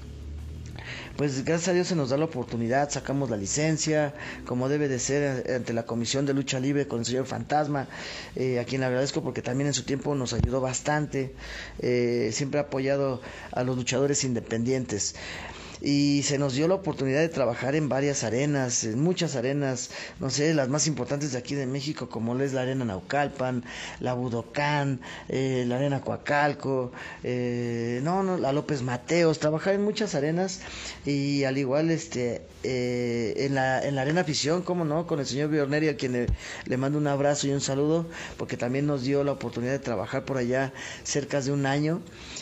pues gracias a Dios se nos da la oportunidad, sacamos la licencia, como debe de ser ante la Comisión de Lucha Libre con el señor Fantasma, eh, a quien le agradezco porque también en su tiempo nos ayudó bastante, eh, siempre ha apoyado a los luchadores independientes. Y se nos dio la oportunidad de trabajar en varias arenas, en muchas arenas, no sé, las más importantes de aquí de México, como es la Arena Naucalpan, la Budocán, eh, la Arena Coacalco, eh, no, no, la López Mateos, trabajar en muchas arenas y al igual este eh, en la en la Arena Afición, cómo no, con el señor Biorneri, a quien le, le mando un abrazo y un saludo, porque también nos dio la oportunidad de trabajar por allá cerca de un año,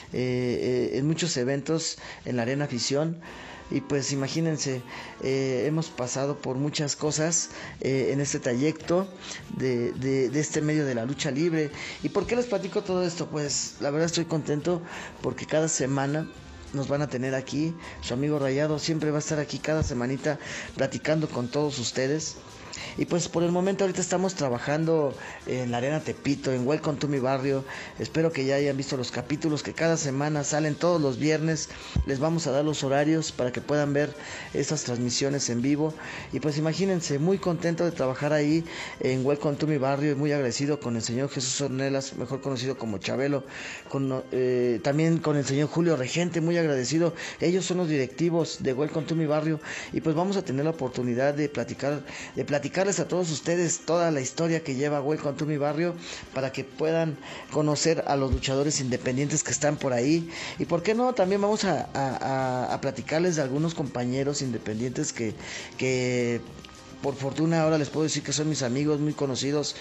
eh, eh, en muchos eventos en la Arena Afición. Y pues imagínense, eh, hemos pasado por muchas cosas eh, en este trayecto de, de, de este medio de la lucha libre. ¿Y por qué les platico todo esto? Pues la verdad estoy contento porque cada semana nos van a tener aquí. Su amigo Rayado siempre va a estar aquí cada semanita platicando con todos ustedes. Y pues por el momento ahorita estamos trabajando en la Arena Tepito, en Welcome to Mi Barrio. Espero que ya hayan visto los capítulos que cada semana salen todos los viernes. Les vamos a dar los horarios para que puedan ver estas transmisiones en vivo. Y pues imagínense, muy contento de trabajar ahí en Welcome to Mi Barrio y muy agradecido con el señor Jesús Ornelas, mejor conocido como Chabelo, con, eh, también con el señor Julio Regente, muy agradecido. Ellos son los directivos de Welcome to Mi Barrio y pues vamos a tener la oportunidad de platicar, de platicar platicarles a todos ustedes toda la historia que lleva Welcome to Mi Barrio para que puedan conocer a los luchadores independientes que están por ahí. Y por qué no, también vamos a, a, a platicarles de algunos compañeros independientes que, que por fortuna ahora les puedo decir que son mis amigos muy conocidos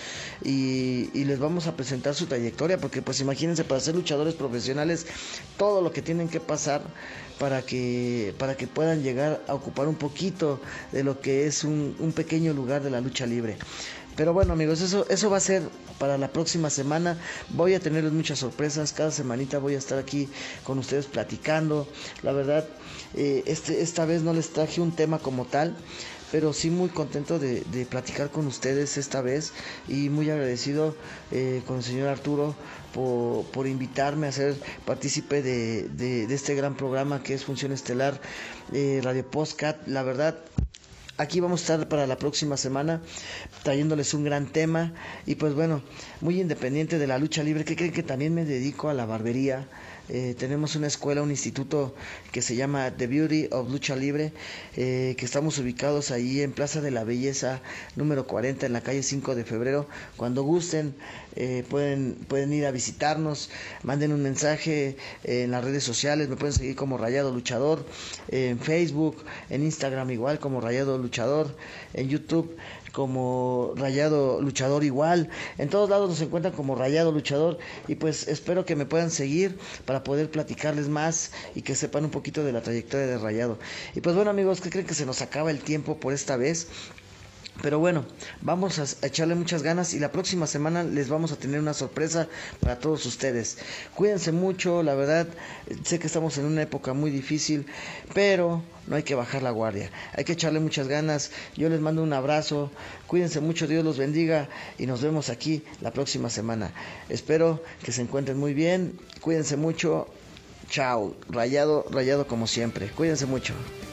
y, y les vamos a presentar su trayectoria, porque pues imagínense, para ser luchadores profesionales todo lo que tienen que pasar para que para que puedan llegar a ocupar un poquito de lo que es un, un pequeño lugar de la lucha libre. Pero bueno, amigos, eso eso va a ser para la próxima semana. Voy a tenerles muchas sorpresas. Cada semanita voy a estar aquí con ustedes platicando. La verdad, eh, este esta vez no les traje un tema como tal, pero sí muy contento de, de platicar con ustedes esta vez y muy agradecido eh, con el señor Arturo por, por invitarme a ser partícipe de, de, de este gran programa que es Función Estelar, eh, Radio Podcast. La verdad, aquí vamos a estar para la próxima semana trayéndoles un gran tema y pues bueno, muy independiente de la lucha libre. ¿Qué creen? Que también me dedico a la barbería. Eh, tenemos una escuela, un instituto que se llama The Beauty of Lucha Libre, eh, que estamos ubicados ahí en Plaza de la Belleza número cuarenta en la calle cinco de febrero. Cuando gusten eh, pueden, pueden ir a visitarnos, manden un mensaje eh, en las redes sociales, me pueden seguir como Rayado Luchador, eh, en Facebook, en Instagram igual como Rayado Luchador, en YouTube como Rayado Luchador igual, en todos lados nos encuentran como Rayado Luchador y pues espero que me puedan seguir para poder platicarles más y que sepan un poquito de la trayectoria de Rayado. Y pues bueno, amigos, ¿qué creen? Que se nos acaba el tiempo por esta vez. Pero bueno, vamos a echarle muchas ganas y la próxima semana les vamos a tener una sorpresa para todos ustedes. Cuídense mucho, la verdad, sé que estamos en una época muy difícil, pero no hay que bajar la guardia. Hay que echarle muchas ganas. Yo les mando un abrazo. Cuídense mucho, Dios los bendiga y nos vemos aquí la próxima semana. Espero que se encuentren muy bien. Cuídense mucho. Chao. Rayado, rayado como siempre. Cuídense mucho.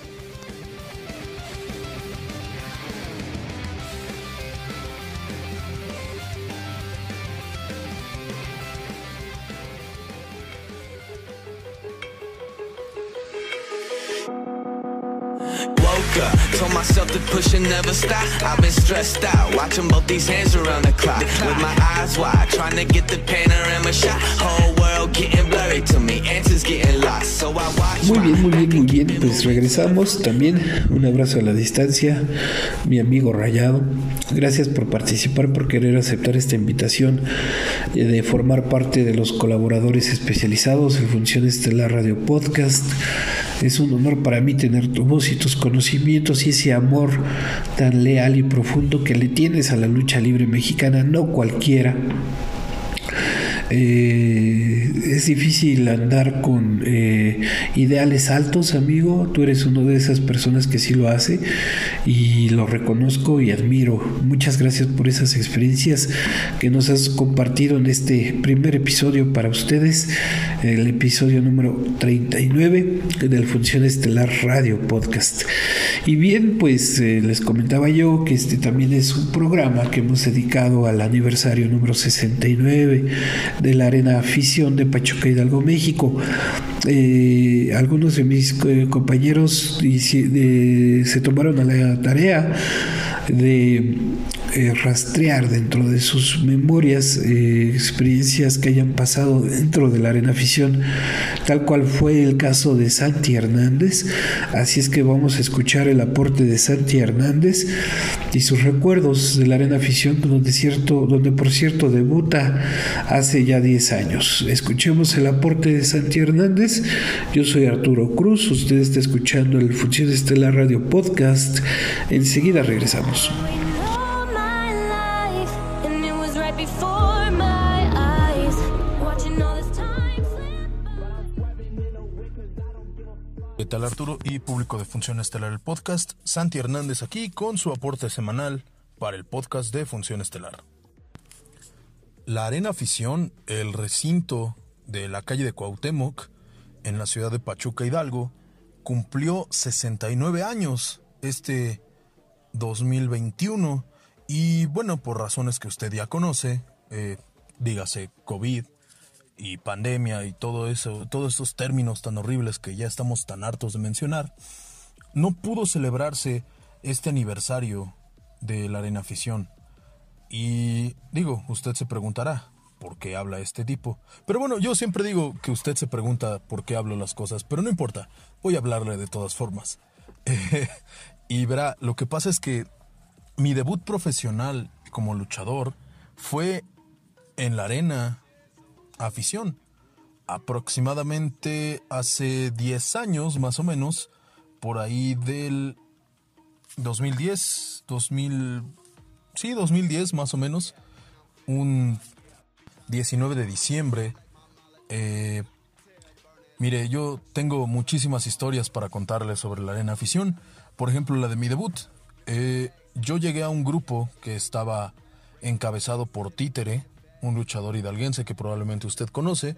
Told myself to push and never stop. I've been stressed out, watching both these hands around the clock. With my eyes wide, trying to get the panorama shot. Whole world getting blurry to me, answers getting lost. So I watch.
Muy bien, muy bien, muy bien. Pues regresamos también. Un abrazo a la distancia, mi amigo Rayado. Gracias por participar, por querer aceptar esta invitación de formar parte de los colaboradores especializados en Función Estelar Radio Podcast. Es un honor para mí tener tu voz y tus conocimientos y ese amor tan leal y profundo que le tienes a la lucha libre mexicana, no cualquiera. Eh, es difícil andar con eh, ideales altos, amigo. Tú eres una de esas personas que sí lo hace y lo reconozco y admiro. Muchas gracias por esas experiencias que nos has compartido en este primer episodio para ustedes, el episodio número treinta y nueve del Función Estelar Radio Podcast. Y bien, pues eh, les comentaba yo que este también es un programa que hemos dedicado al aniversario número sesenta y nueve de la Arena Afición de Pachuca, Hidalgo, México. Eh, algunos de mis eh, compañeros y, de, se tomaron a la tarea de eh, rastrear dentro de sus memorias eh, experiencias que hayan pasado dentro de la Arena Afición, tal cual fue el caso de Santi Hernández. Así es que vamos a escuchar el aporte de Santi Hernández y sus recuerdos de la Arena Afición, donde, cierto, donde por cierto debuta hace ya diez años. Escuchemos el aporte de Santi Hernández. Yo soy Arturo Cruz, usted está escuchando el Función Estelar Radio Podcast. Enseguida regresamos.
¿Qué tal, Arturo y público de Función Estelar el Podcast? Santi Hernández aquí con su aporte semanal para el podcast de Función Estelar. La Arena Afición, el recinto de la calle de Cuauhtémoc, en la ciudad de Pachuca, Hidalgo, cumplió sesenta y nueve años este dos mil veintiuno y bueno, por razones que usted ya conoce, eh, dígase COVID y pandemia y todo eso, todos esos términos tan horribles que ya estamos tan hartos de mencionar, no pudo celebrarse este aniversario de la Arena Afición. Y digo, usted se preguntará por qué habla este tipo. Pero bueno, yo siempre digo que usted se pregunta por qué hablo las cosas, pero no importa, voy a hablarle de todas formas. Eh, y verá, lo que pasa es que mi debut profesional como luchador fue en la Arena Afición, aproximadamente hace diez años más o menos, por ahí del dos mil diez, dos mil, sí, dos mil diez más o menos, un diecinueve de diciembre. Eh, mire, yo tengo muchísimas historias para contarles sobre la Arena Afición. Por ejemplo, la de mi debut. Eh, yo llegué a un grupo que estaba encabezado por Títere, un luchador hidalguense que probablemente usted conoce,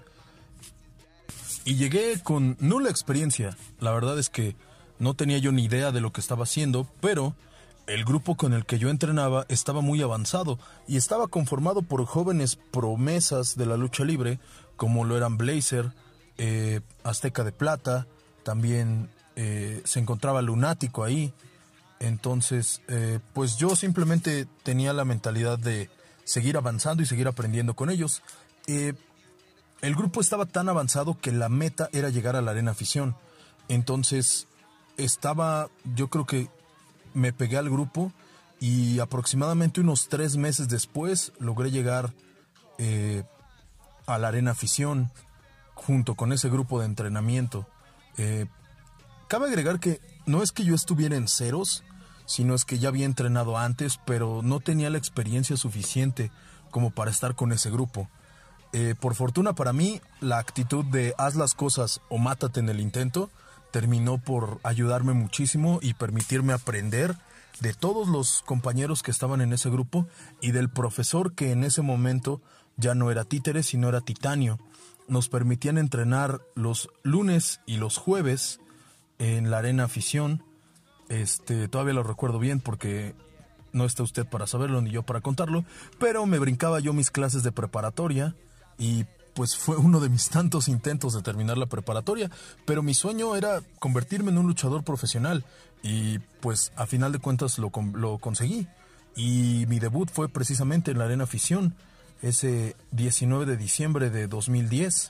y llegué con nula experiencia. La verdad es que no tenía yo ni idea de lo que estaba haciendo, pero el grupo con el que yo entrenaba estaba muy avanzado y estaba conformado por jóvenes promesas de la lucha libre, como lo eran Blazer, eh, Azteca de Plata, también eh, se encontraba Lunático ahí. Entonces, eh, pues yo simplemente tenía la mentalidad de seguir avanzando y seguir aprendiendo con ellos. Eh, el grupo estaba tan avanzado que la meta era llegar a la Arena Afición. Entonces, estaba, yo creo que me pegué al grupo y aproximadamente unos tres meses después logré llegar eh, a la Arena Afición junto con ese grupo de entrenamiento. Eh, cabe agregar que no es que yo estuviera en ceros, sino es que ya había entrenado antes, pero no tenía la experiencia suficiente como para estar con ese grupo. Eh, por fortuna para mí, la actitud de haz las cosas o mátate en el intento terminó por ayudarme muchísimo y permitirme aprender de todos los compañeros que estaban en ese grupo y del profesor que en ese momento ya no era títere, sino era titanio. Nos permitían entrenar los lunes y los jueves en la Arena Afición. Este, todavía lo recuerdo bien porque no está usted para saberlo ni yo para contarlo, pero me brincaba yo mis clases de preparatoria y pues fue uno de mis tantos intentos de terminar la preparatoria, pero mi sueño era convertirme en un luchador profesional y pues a final de cuentas lo, lo conseguí. Y mi debut fue precisamente en la Arena Afición, ese diecinueve de diciembre de dos mil diez.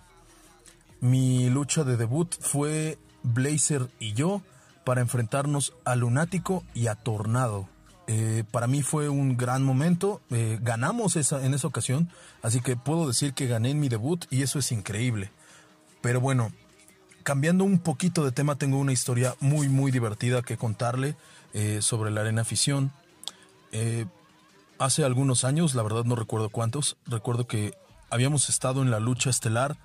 Mi lucha de debut fue Blazer y yo para enfrentarnos a Lunático y a Tornado. Eh, para mí fue un gran momento, eh, ganamos esa, en esa ocasión, así que puedo decir que gané en mi debut y eso es increíble. Pero bueno, cambiando un poquito de tema, tengo una historia muy muy divertida que contarle eh, sobre la Arena Afición. Eh, hace algunos años, la verdad no recuerdo cuántos, recuerdo que habíamos estado en la lucha estelar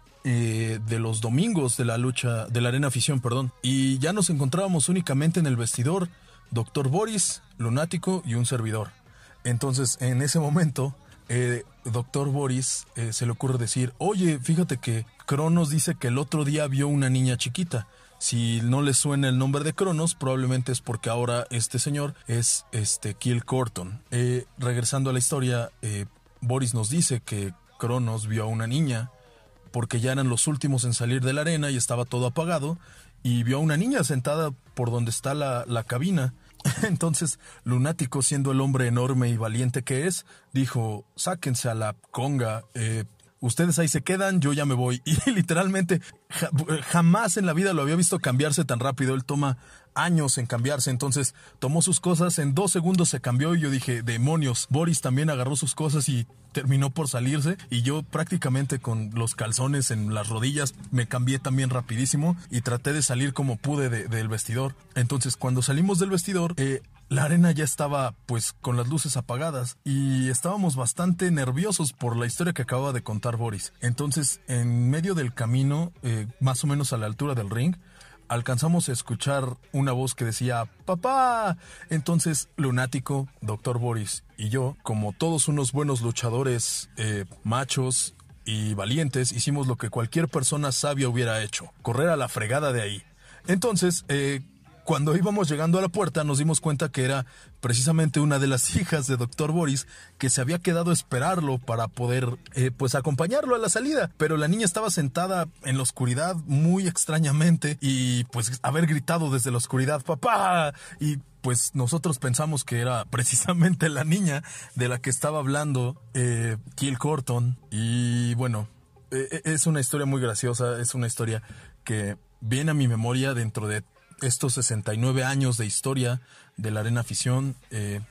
eh, de los domingos de la lucha, de la Arena Afición, perdón, y ya nos encontrábamos únicamente en el vestidor, Doctor Boris, Lunático y un servidor. Entonces, en ese momento, eh, Doctor Boris eh, se le ocurre decir, oye, fíjate que Cronos dice que el otro día vio una niña chiquita. Si no le suena el nombre de Cronos, probablemente es porque ahora este señor es este Kill Corton. Eh, regresando a la historia, eh, Boris nos dice que Cronos vio a una niña porque ya eran los últimos en salir de la arena y estaba todo apagado, y vio a una niña sentada por donde está la, la cabina. Entonces, Lunático, siendo el hombre enorme y valiente que es, dijo, sáquense a la conga, eh, ustedes ahí se quedan, yo ya me voy. Y literalmente ja, jamás en la vida lo había visto cambiarse tan rápido. Él toma años en cambiarse, entonces tomó sus cosas, en dos segundos se cambió y yo dije, demonios. Boris también agarró sus cosas y terminó por salirse, y yo prácticamente con los calzones en las rodillas me cambié también rapidísimo y traté de salir como pude de, del vestidor. Entonces cuando salimos del vestidor, eh, la arena ya estaba pues con las luces apagadas y estábamos bastante nerviosos por la historia que acababa de contar Boris. Entonces en medio del camino, eh, más o menos a la altura del ring, alcanzamos a escuchar una voz que decía ¡Papá! Entonces Lunático, Doctor Boris y yo, como todos unos buenos luchadores eh, machos y valientes, hicimos lo que cualquier persona sabia hubiera hecho: correr a la fregada de ahí. Entonces, eh, cuando íbamos llegando a la puerta nos dimos cuenta que era precisamente una de las hijas de Doctor Boris que se había quedado a esperarlo para poder eh, pues acompañarlo a la salida, pero la niña estaba sentada en la oscuridad muy extrañamente y pues haber gritado desde la oscuridad ¡Papá! Y pues nosotros pensamos que era precisamente la niña de la que estaba hablando eh, Kill Corton. Y bueno, eh, es una historia muy graciosa, es una historia que viene a mi memoria dentro de estos sesenta y nueve años de historia de la Arena Afición. Eh,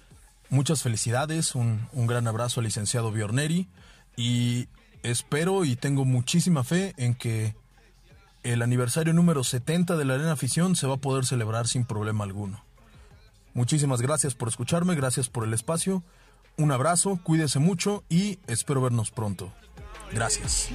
muchas felicidades, un, un gran abrazo al licenciado Bjorneri, y espero y tengo muchísima fe en que el aniversario número setenta de la Arena Afición se va a poder celebrar sin problema alguno. Muchísimas gracias por escucharme, gracias por el espacio, un abrazo, cuídese mucho y espero vernos pronto. Gracias.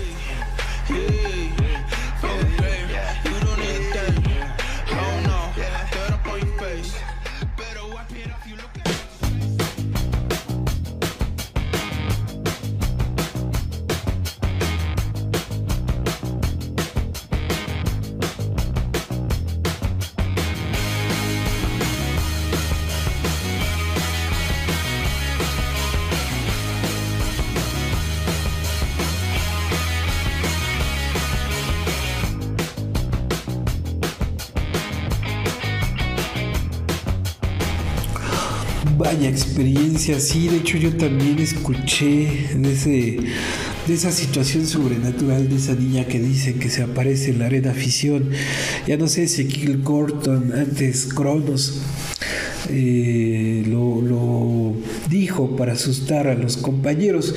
Vaya experiencia, sí, de hecho yo también escuché de, ese, de esa situación sobrenatural de esa niña que dice que se aparece en la Arena Afición. Ya no sé si Kill Corton, antes Cronos, eh, lo, lo dijo para asustar a los compañeros.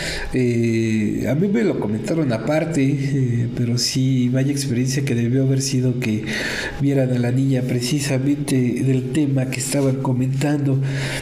Eh, a mí me lo comentaron aparte, eh, pero sí, vaya experiencia que debió haber sido que vieran a la niña precisamente del tema que estaban comentando.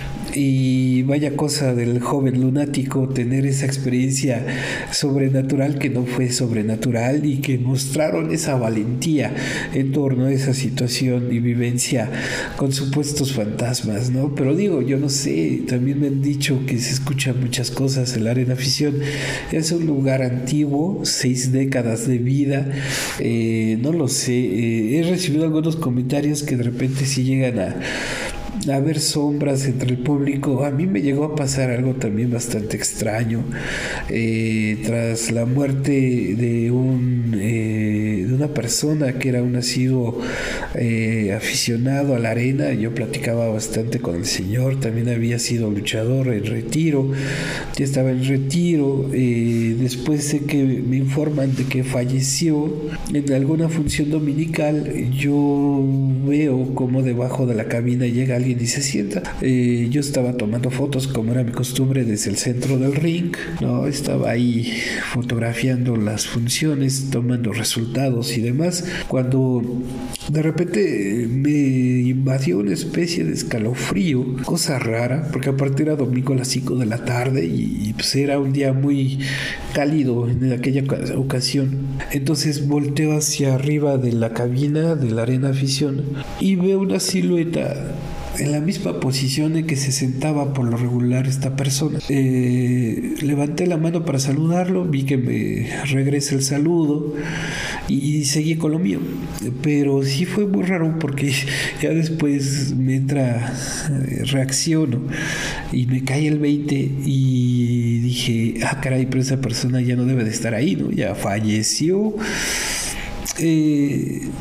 Y vaya cosa del joven lunático tener esa experiencia sobrenatural que no fue sobrenatural y que mostraron esa valentía en torno a esa situación y vivencia con supuestos fantasmas, ¿no? Pero digo, yo no sé, también me han dicho que se escuchan muchas cosas. El Arena Afición es un lugar antiguo, seis décadas de vida, eh, no lo sé, eh, he recibido algunos comentarios que de repente sí llegan a a ver sombras entre el público. A mí me llegó a pasar algo también bastante extraño, eh, tras la muerte de un eh, de una persona que era un asiduo eh, aficionado a la arena. Yo platicaba bastante con el señor, también había sido luchador en retiro, ya estaba en retiro. Eh, después sé que me informan de que falleció en alguna función dominical. Yo veo como debajo de la cabina llega alguien y se sienta. Eh, yo estaba tomando fotos, como era mi costumbre, desde el centro del ring, ¿no? Estaba ahí fotografiando las funciones, tomando resultados y demás, cuando de repente me invadió una especie de escalofrío, cosa rara, porque aparte era domingo a las cinco de la tarde y, y pues era un día muy cálido en aquella ocasión. Entonces volteo hacia arriba de la cabina de la Arena Afición y veo una silueta en la misma posición en que se sentaba por lo regular esta persona. Eh, levanté la mano para saludarlo, vi que me regresa el saludo y seguí con lo mío. Pero sí fue muy raro porque ya después me entra, eh, reacciono y me cae el veinte y dije, ah caray, pero esa persona ya no debe de estar ahí, ¿no? Ya falleció. Eh...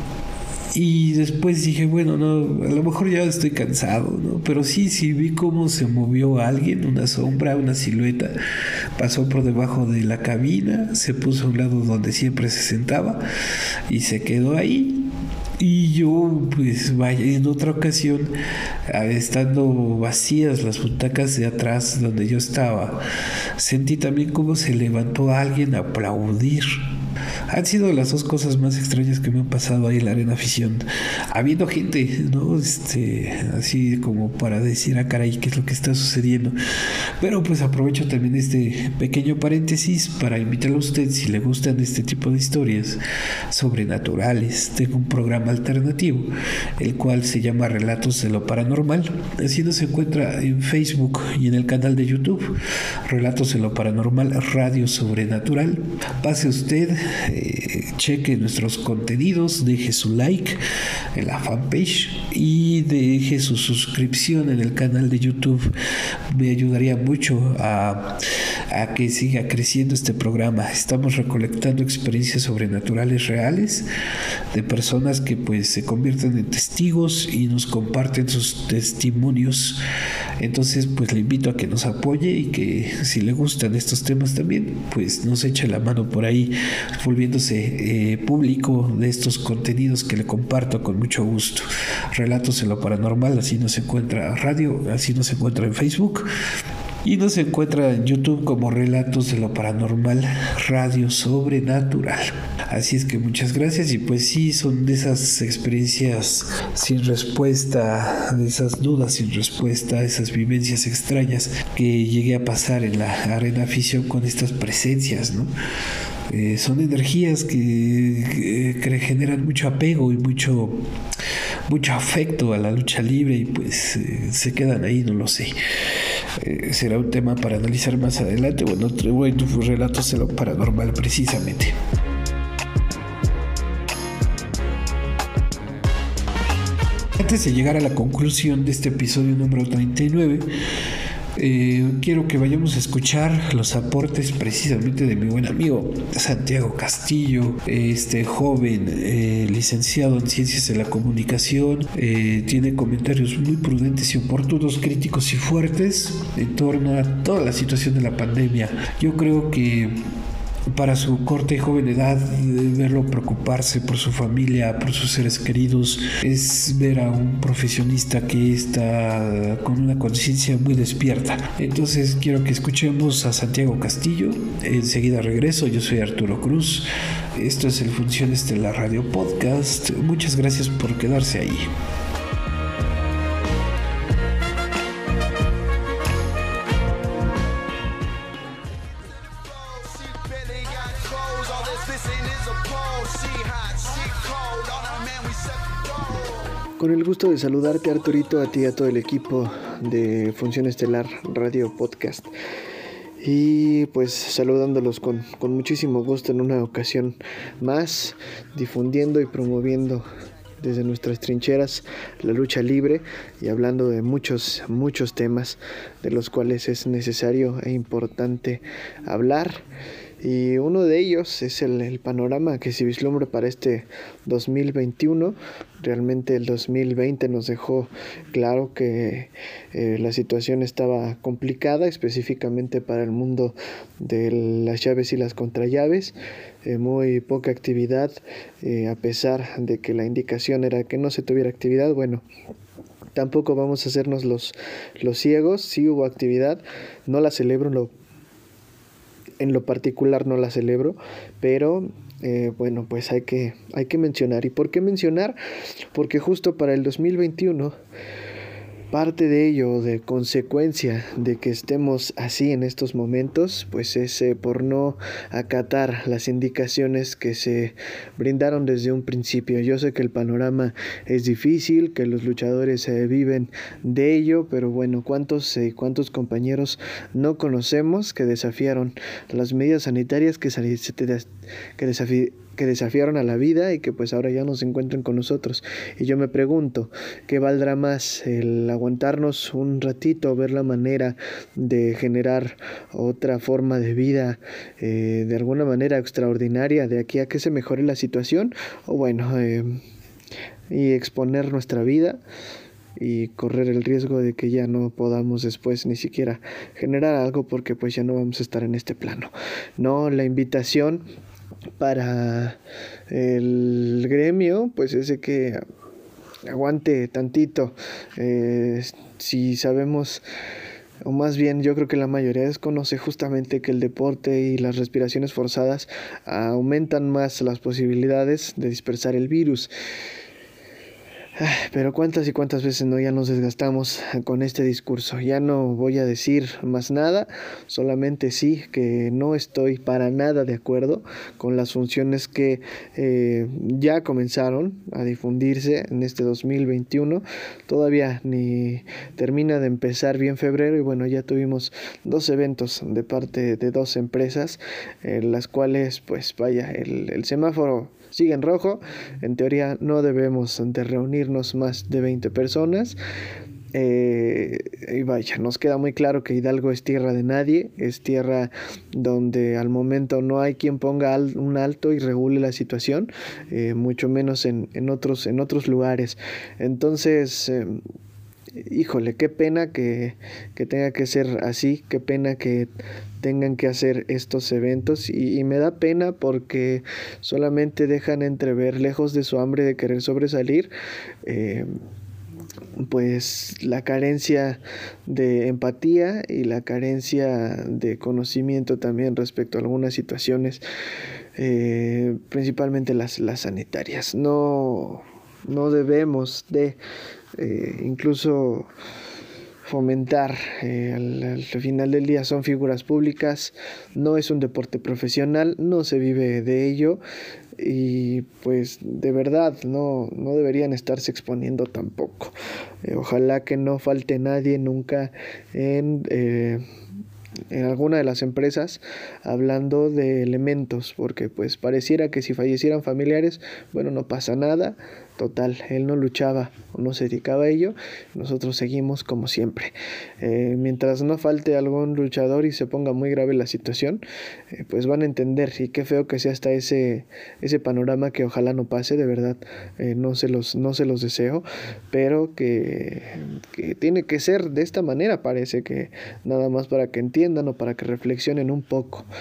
Y después dije, bueno, no, a lo mejor ya estoy cansado, ¿no? Pero sí, sí vi cómo se movió alguien, una sombra, una silueta, pasó por debajo de la cabina, se puso a un lado donde siempre se sentaba y se quedó ahí. Y yo, pues vaya, en otra ocasión, estando vacías las butacas de atrás donde yo estaba, sentí también cómo se levantó alguien a aplaudir. Han sido las dos cosas más extrañas que me han pasado ahí en la Arena Afición, habiendo gente, ¿no? Este, así como para decir, ah caray, ¿qué es lo que está sucediendo? Pero pues aprovecho también este pequeño paréntesis para invitarlo a usted, si le gustan este tipo de historias sobrenaturales. Tengo un programa alternativo, el cual se llama Relatos de lo Paranormal. Así nos encuentra en Facebook y en el canal de YouTube, Relatos de lo Paranormal Radio Sobrenatural. Pase usted, eh, cheque nuestros contenidos, deje su like en la fanpage y deje su suscripción en el canal de YouTube. Me ayudaría mucho a, a que siga creciendo este programa. Estamos recolectando experiencias sobrenaturales reales de personas que pues se convierten en testigos y nos comparten sus testimonios. Entonces pues le invito a que nos apoye y que si le gustan estos temas también pues nos eche la mano por ahí, volviéndose eh, público de estos contenidos que le comparto con mucho gusto. Relatos en lo Paranormal, así nos encuentra radio, así nos encuentra en Facebook y nos encuentra en YouTube como Relatos de lo Paranormal Radio Sobrenatural. Así es que muchas gracias. Y pues sí, son de esas experiencias sin respuesta, de esas dudas sin respuesta, esas vivencias extrañas que llegué a pasar en la Arena Afición con estas presencias, ¿no? Eh, son energías que, que, que generan mucho apego y mucho mucho afecto a la lucha libre y pues eh, se quedan ahí, no lo sé. Eh, será un tema para analizar más adelante. Bueno, bueno, Relatos de lo Paranormal precisamente. Antes de llegar a la conclusión de este episodio número treinta y nueve, Eh, quiero que vayamos a escuchar los aportes precisamente de mi buen amigo Santiago Castillo, este joven eh, licenciado en Ciencias de la Comunicación. Eh, tiene comentarios muy prudentes y oportunos, críticos y fuertes en torno a toda la situación de la pandemia. Yo creo que para su corta y joven edad, verlo preocuparse por su familia, por sus seres queridos, es ver a un profesionista que está con una conciencia muy despierta. Entonces quiero que escuchemos a Santiago Castillo. Enseguida regreso. Yo soy Arturo Cruz. Esto es el Función Estelar Radio Podcast. Muchas gracias por quedarse ahí.
Con el gusto de saludarte, Arturito, a ti y a todo el equipo de Función Estelar Radio Podcast. Y pues saludándolos con, con muchísimo gusto en una ocasión más, difundiendo y promoviendo desde nuestras trincheras la lucha libre y hablando de muchos, muchos temas de los cuales es necesario e importante hablar. Y uno de ellos es el, el panorama que se vislumbra para este dos mil veintiuno. Realmente el dos mil veinte nos dejó claro que eh, la situación estaba complicada, específicamente para el mundo de las llaves y las contrallaves. Eh, muy poca actividad, eh, a pesar de que la indicación era que no se tuviera actividad. Bueno, tampoco vamos a hacernos los, los ciegos. Sí hubo actividad, no la celebro en lo En lo particular no la celebro, pero eh, bueno, pues hay que, hay que mencionar. ¿Y por qué mencionar? Porque justo para el dos mil veintiuno, parte de ello, de consecuencia de que estemos así en estos momentos, pues es eh, por no acatar las indicaciones que se brindaron desde un principio. Yo sé que el panorama es difícil, que los luchadores eh, viven de ello, pero bueno, ¿cuántos, eh, cuántos compañeros no conocemos que desafiaron las medidas sanitarias, que, que desafiaron que desafiaron a la vida y que pues ahora ya no se encuentran con nosotros? Y yo me pregunto, ¿qué valdrá más? El aguantarnos un ratito, ver la manera de generar otra forma de vida eh, de alguna manera extraordinaria de aquí a que se mejore la situación, o bueno, eh, y exponer nuestra vida y correr el riesgo de que ya no podamos después ni siquiera generar algo, porque pues ya no vamos a estar en este plano. No, la invitación para el gremio pues es de que aguante tantito. Eh, si sabemos, o más bien yo creo que la mayoría desconoce justamente que el deporte y las respiraciones forzadas aumentan más las posibilidades de dispersar el virus. Pero cuántas y cuántas veces no ya nos desgastamos con este discurso. Ya no voy a decir más nada, solamente sí que no estoy para nada de acuerdo con las funciones que eh, ya comenzaron a difundirse en este dos mil veintiuno. Todavía ni termina de empezar bien febrero y bueno, ya tuvimos dos eventos de parte de dos empresas, en las cuales pues vaya, el, el semáforo sigue en rojo. En teoría no debemos de reunirnos más de veinte personas. Eh, y vaya, nos queda muy claro que Hidalgo es tierra de nadie, es tierra donde al momento no hay quien ponga al, un alto y regule la situación, eh, mucho menos en, en, otros, en otros lugares. Entonces, eh, híjole, qué pena que, que tenga que ser así, qué pena que tengan que hacer estos eventos y, y me da pena porque solamente dejan entrever, lejos de su hambre de querer sobresalir, eh, pues la carencia de empatía y la carencia de conocimiento también respecto a algunas situaciones, eh, principalmente las, las sanitarias. No, no debemos de eh, incluso fomentar, eh, al, al final del día son figuras públicas, no es un deporte profesional, no se vive de ello y pues de verdad no, no deberían estarse exponiendo tampoco. Eh, ojalá que no falte nadie nunca en... Eh, en alguna de las empresas hablando de elementos, porque pues pareciera que si fallecieran familiares, bueno, no pasa nada, total, él no luchaba o no se dedicaba a ello, nosotros seguimos como siempre. Eh, mientras no falte algún luchador y se ponga muy grave la situación, eh, pues van a entender, y qué feo que sea hasta ese, ese panorama, que ojalá no pase, de verdad, eh, no se los, no se los deseo, pero que, que tiene que ser de esta manera, parece que nada más para que entiendan o para que reflexionen un poco.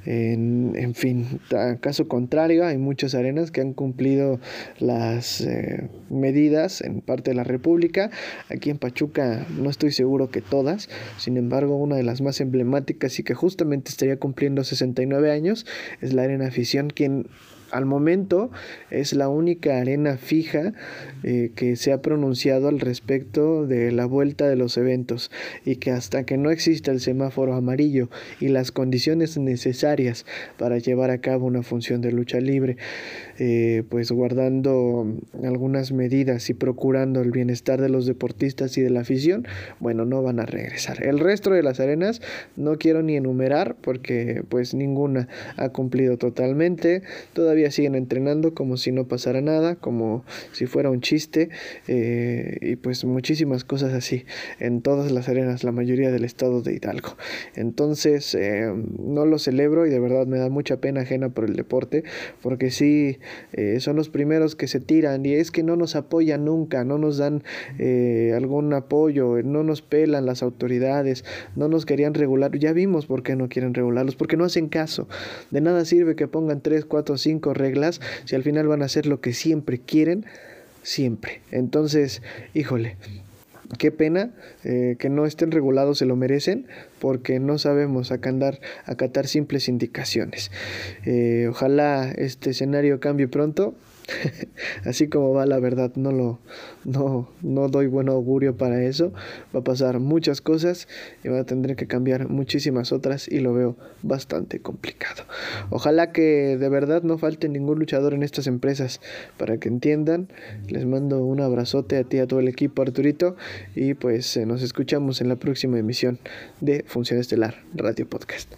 En, en fin, caso contrario, hay muchas arenas que han cumplido las eh, medidas en parte de la República. Aquí en Pachuca no estoy seguro que todas, sin embargo una de las más emblemáticas y que justamente estaría cumpliendo sesenta y nueve años es la Arena Afición, quien al momento es la única arena fija eh, que se ha pronunciado al respecto de la vuelta de los eventos, y que hasta que no exista el semáforo amarillo y las condiciones necesarias para llevar a cabo una función de lucha libre, eh, pues guardando algunas medidas y procurando el bienestar de los deportistas y de la afición, bueno, no van a regresar. El resto de las arenas no quiero ni enumerar porque pues ninguna ha cumplido totalmente. Todavía siguen entrenando como si no pasara nada, como si fuera un chiste, eh, y pues muchísimas cosas así en todas las arenas, la mayoría del estado de Hidalgo. Entonces eh, no lo celebro y de verdad me da mucha pena ajena por el deporte, porque sí eh, son los primeros que se tiran, y es que no nos apoyan nunca, no nos dan eh, algún apoyo, no nos pelan las autoridades, no nos querían regular. Ya vimos por qué no quieren regularlos, porque no hacen caso. De nada sirve que pongan tres, cuatro, cinco reglas si al final van a hacer lo que siempre quieren, siempre. Entonces, híjole, qué pena eh, que no estén regulados, se lo merecen, porque no sabemos acatar, acatar simples indicaciones. Eh, ojalá este escenario cambie pronto. Así como va, la verdad no lo no, no doy buen augurio para eso. Va a pasar muchas cosas y va a tener que cambiar muchísimas otras, y lo veo bastante complicado. Ojalá que de verdad no falte ningún luchador en estas empresas, para que entiendan. Les mando un abrazote a ti y a todo el equipo, Arturito, y pues eh, nos escuchamos en la próxima emisión de Función Estelar Radio Podcast.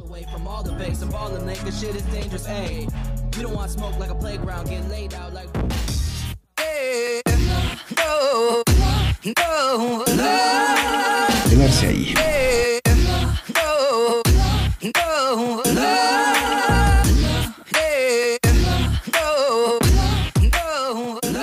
You don't want smoke like a playground, get laid out like hey, no, no, no.
Quedarse ahí.
Hey, no, no, no. Hey, no, no, no.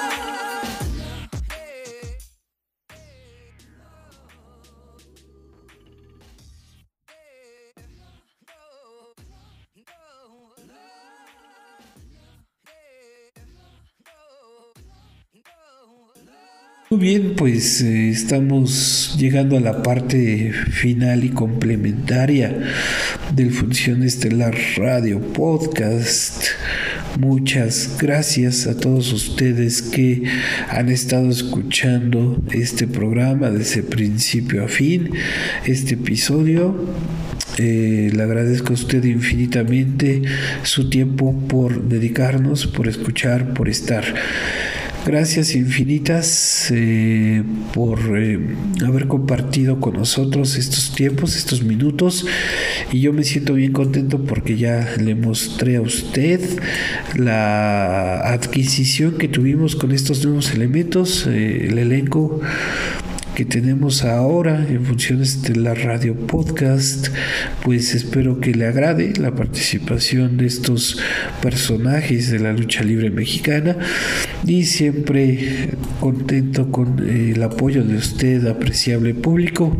Muy bien, pues eh, estamos llegando a la parte final y complementaria del Función Estelar Radio Podcast. Muchas gracias a todos ustedes que han estado escuchando este programa desde principio a fin, este episodio. Eh, le agradezco a usted infinitamente su tiempo por dedicarnos, por escuchar, por estar. Gracias infinitas eh, por eh, haber compartido con nosotros estos tiempos, estos minutos, y yo me siento bien contento porque ya le mostré a usted la adquisición que tuvimos con estos nuevos elementos, eh, el elenco que tenemos ahora en Funciones de la Radio Podcast. Pues espero que le agrade la participación de estos personajes de la lucha libre mexicana, y siempre contento con eh, el apoyo de usted, apreciable público.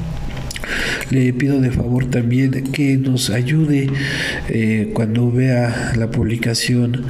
Le pido de favor también que nos ayude eh, cuando vea la publicación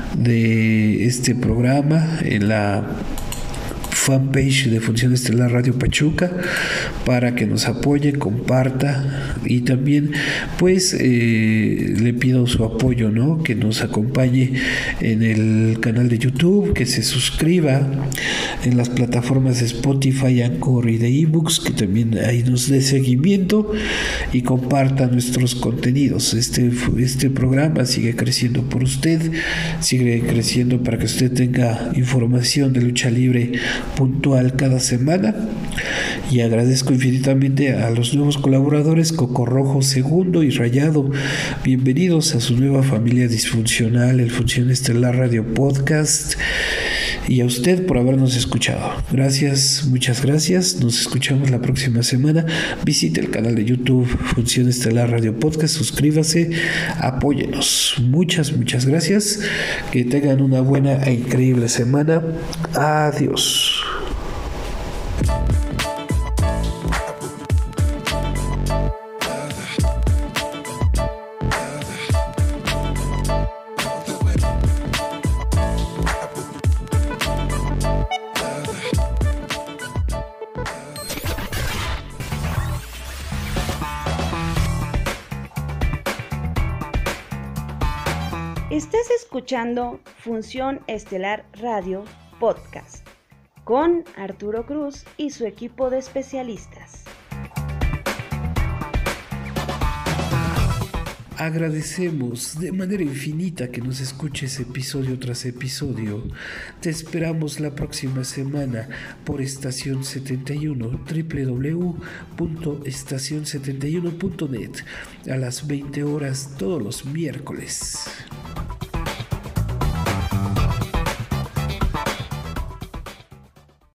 de este programa en la fanpage de Función Estelar Radio Pachuca, para que nos apoye, comparta, y también pues eh, le pido su apoyo, ¿no? Que nos acompañe en el canal de YouTube, que se suscriba en las plataformas de Spotify, Anchor y de eBooks, que también ahí nos dé seguimiento y comparta nuestros contenidos. Este, este programa sigue creciendo por usted, sigue creciendo para que usted tenga información de lucha libre puntual cada semana, y agradezco infinitamente a los nuevos colaboradores Coco Rojo Segundo y Rayado. Bienvenidos a su nueva familia disfuncional, el Función Estelar Radio Podcast, y a usted por habernos escuchado. Gracias, muchas gracias. Nos escuchamos la próxima semana. Visite el canal de YouTube Función Estelar Radio Podcast, suscríbase, apóyenos. Muchas, muchas gracias. Que tengan una buena e increíble semana. Adiós.
Estás escuchando Función Estelar Radio Podcast con Arturo Cruz y su equipo de especialistas.
Agradecemos de manera infinita que nos escuches episodio tras episodio. Te esperamos la próxima semana por Estación setenta y uno, doble u doble u doble u punto estación setenta y uno punto net, a las veinte horas todos los miércoles.